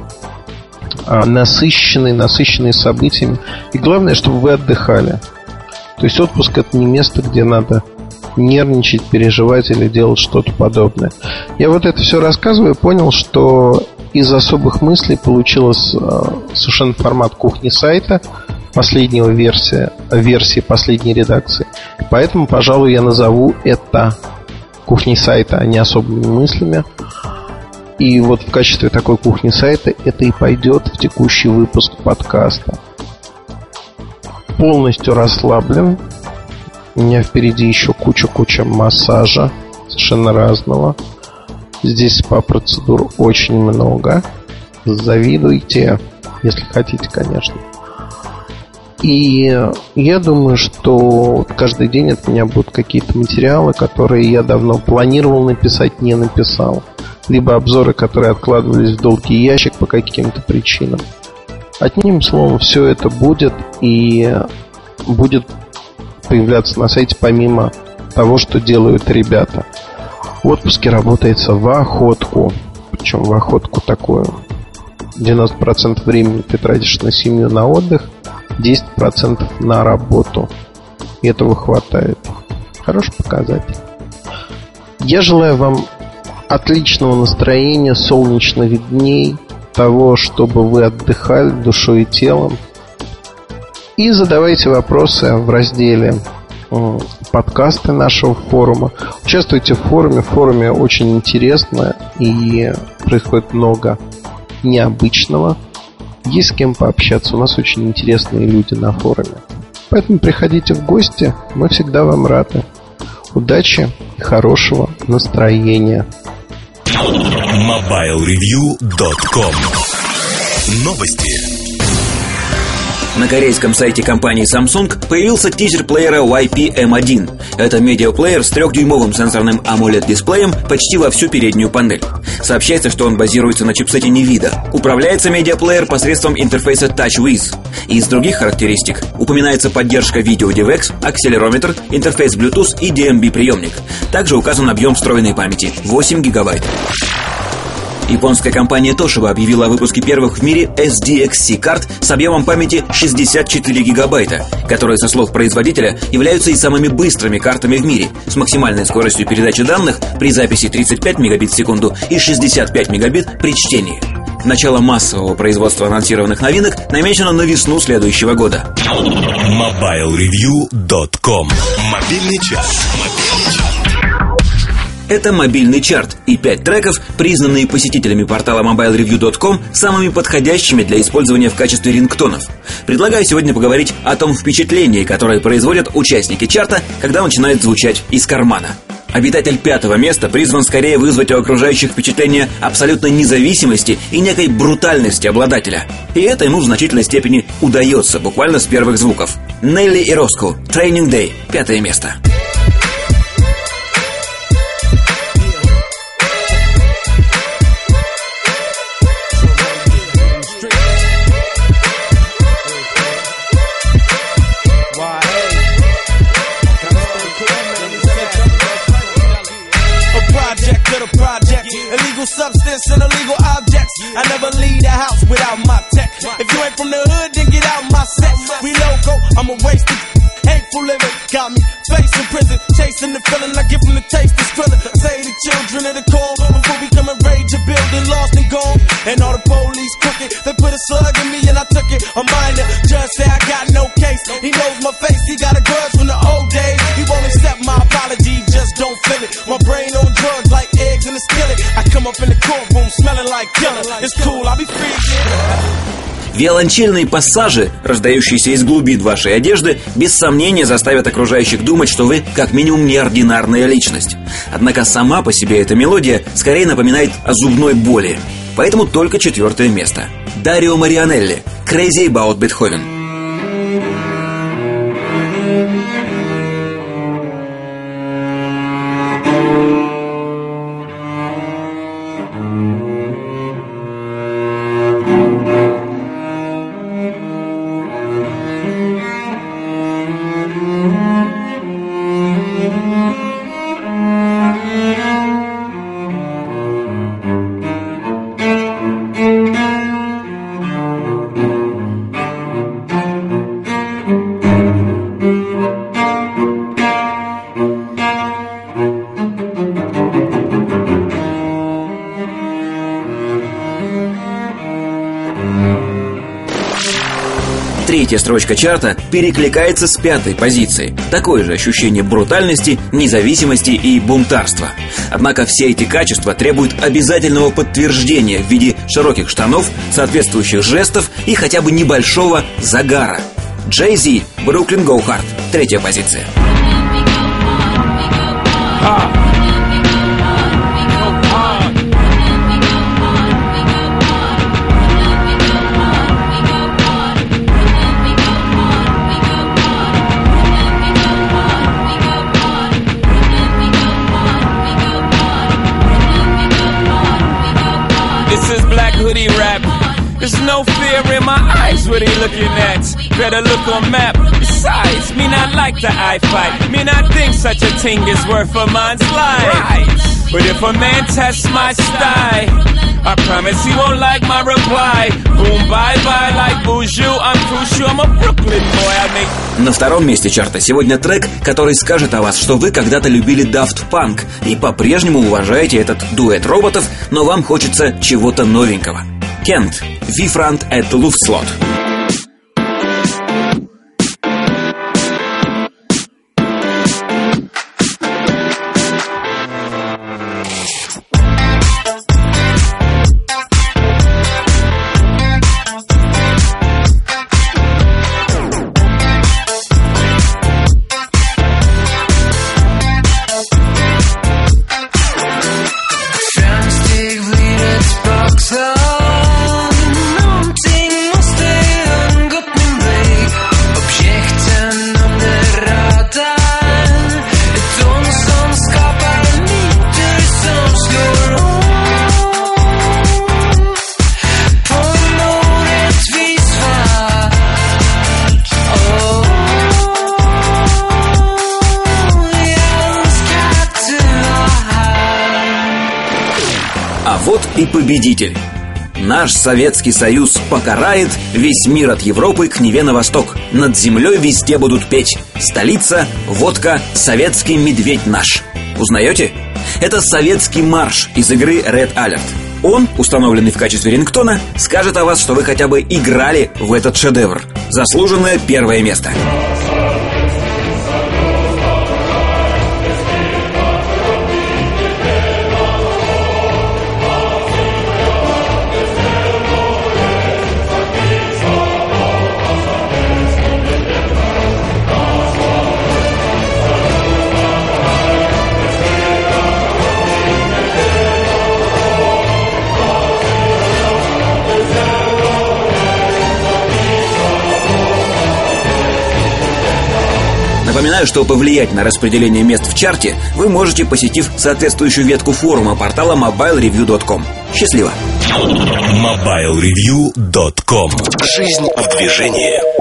насыщенной событиями. И главное, чтобы вы отдыхали. То есть отпуск — это не место, где надо нервничать, переживать или делать что-то подобное. Я вот это все рассказываю и понял, что из особых мыслей получилось совершенно формат кухни сайта, последнего версии последней редакции. Поэтому, пожалуй, я назову это кухней сайта, а не особыми мыслями. И вот в качестве такой кухни сайта это и пойдет в текущий выпуск подкаста. Полностью расслаблен. У меня впереди еще куча массажа совершенно разного. Здесь спа-процедур очень много. Завидуйте, если хотите, конечно. И я думаю, что каждый день от меня будут какие-то материалы, которые я давно планировал написать, не написал. Либо обзоры, которые откладывались в долгий ящик по каким-то причинам. Одним словом, все это будет. И будет появляться на сайте помимо того, что делают ребята. В отпуске работается в охотку. Причем в охотку такую. 90% времени ты тратишь на семью, на отдых, 10% на работу. И этого хватает. Хороший показатель. Я желаю вам отличного настроения, солнечных дней, того, чтобы вы отдыхали душой и телом. И задавайте вопросы в разделе подкасты нашего форума. Участвуйте в форуме. В форуме очень интересно и происходит много необычного. Есть с кем пообщаться. У нас очень интересные люди на форуме. Поэтому приходите в гости. Мы всегда вам рады. Удачи и хорошего настроения. MobileReview.com. Новости. На корейском сайте компании Samsung появился тизер плеера YP-M1. Это медиаплеер с 3-дюймовым сенсорным AMOLED-дисплеем почти во всю переднюю панель. Сообщается, что он базируется на чипсете NVIDIA. Управляется медиаплеер посредством интерфейса TouchWiz. Из других характеристик упоминается поддержка видео-DivX, акселерометр, интерфейс Bluetooth и DMB-приемник. Также указан объем встроенной памяти – 8 гигабайт. Японская компания Toshiba объявила о выпуске первых в мире SDXC-карт с объемом памяти 64 гигабайта, которые, со слов производителя, являются и самыми быстрыми картами в мире, с максимальной скоростью передачи данных при записи 35 мегабит в секунду и 65 мегабит при чтении. Начало массового производства анонсированных новинок намечено на весну следующего года. MobileReview.com. Мобильный час. Это мобильный чарт и 5 треков, признанные посетителями портала MobileReview.com самыми подходящими для использования в качестве рингтонов. Предлагаю сегодня поговорить о том впечатлении, которое производят участники чарта, когда он начинает звучать из кармана. Обитатель 5-го места призван скорее вызвать у окружающих впечатление абсолютной независимости и некой брутальности обладателя. И это ему в значительной степени удается, буквально с первых звуков. Нелли и Роско, Training Day, 5-е место. Substance and illegal objects. I never leave the house without my tech. If you ain't from the hood, then get out my set. We loco, I'm a wasted. Hateful living got me facing prison, chasing the feeling I get from the taste of thriller. Say the children of the corn before we come and rage a building, lost and gone. And all the police crooked, they put a slug in me and I took it. A minor judge said I got no case. He knows my face, he got a grudge from the old days. He won't accept my apology, just don't feel it. My brain on drugs like eggs in a skillet. I come up in the courtroom smelling like killer. It's cool, I'll be free again. Виолончельные пассажи, раздающиеся из глубин вашей одежды, без сомнения заставят окружающих думать, что вы как минимум неординарная личность. Однако сама по себе эта мелодия скорее напоминает о зубной боли. Поэтому только 4-е место. Дарио Марианелли, Crazy About Beethoven. Третья строчка чарта перекликается с 5-й позицией. Такое же ощущение брутальности, независимости и бунтарства. Однако все эти качества требуют обязательного подтверждения в виде широких штанов, соответствующих жестов и хотя бы небольшого загара. Jay-Z, Brooklyn Go Hard, 3-я позиция. This is Black Hoodie rap. There's no fear in my eyes, what he looking at? Better look on map. Besides, me not like the eye fight. Me not think such a thing is worth a man's life. Right. But if a man tests my style, I promise he won't like my reply. Boom, bye-bye, like Buju. I'm too sure I'm a Brooklyn boy. I make... На 2-м месте чарта сегодня трек, который скажет о вас, что вы когда-то любили Daft Punk и по-прежнему уважаете этот дуэт роботов, но вам хочется чего-то новенького. Kent, V-Front at Luftslot. Вот и победитель. Наш Советский Союз покарает весь мир от Европы к Неве на восток. Над землей везде будут петь. Столица, водка, советский медведь наш. Узнаете? Это советский марш из игры Red Alert. Он, установленный в качестве рингтона, скажет о вас, что вы хотя бы играли в этот шедевр. Заслуженное 1-е место. Напоминаю, что повлиять на распределение мест в чарте вы можете, посетив соответствующую ветку форума портала mobilereview.com. Счастливо! mobilereview.com. Жизнь в движении.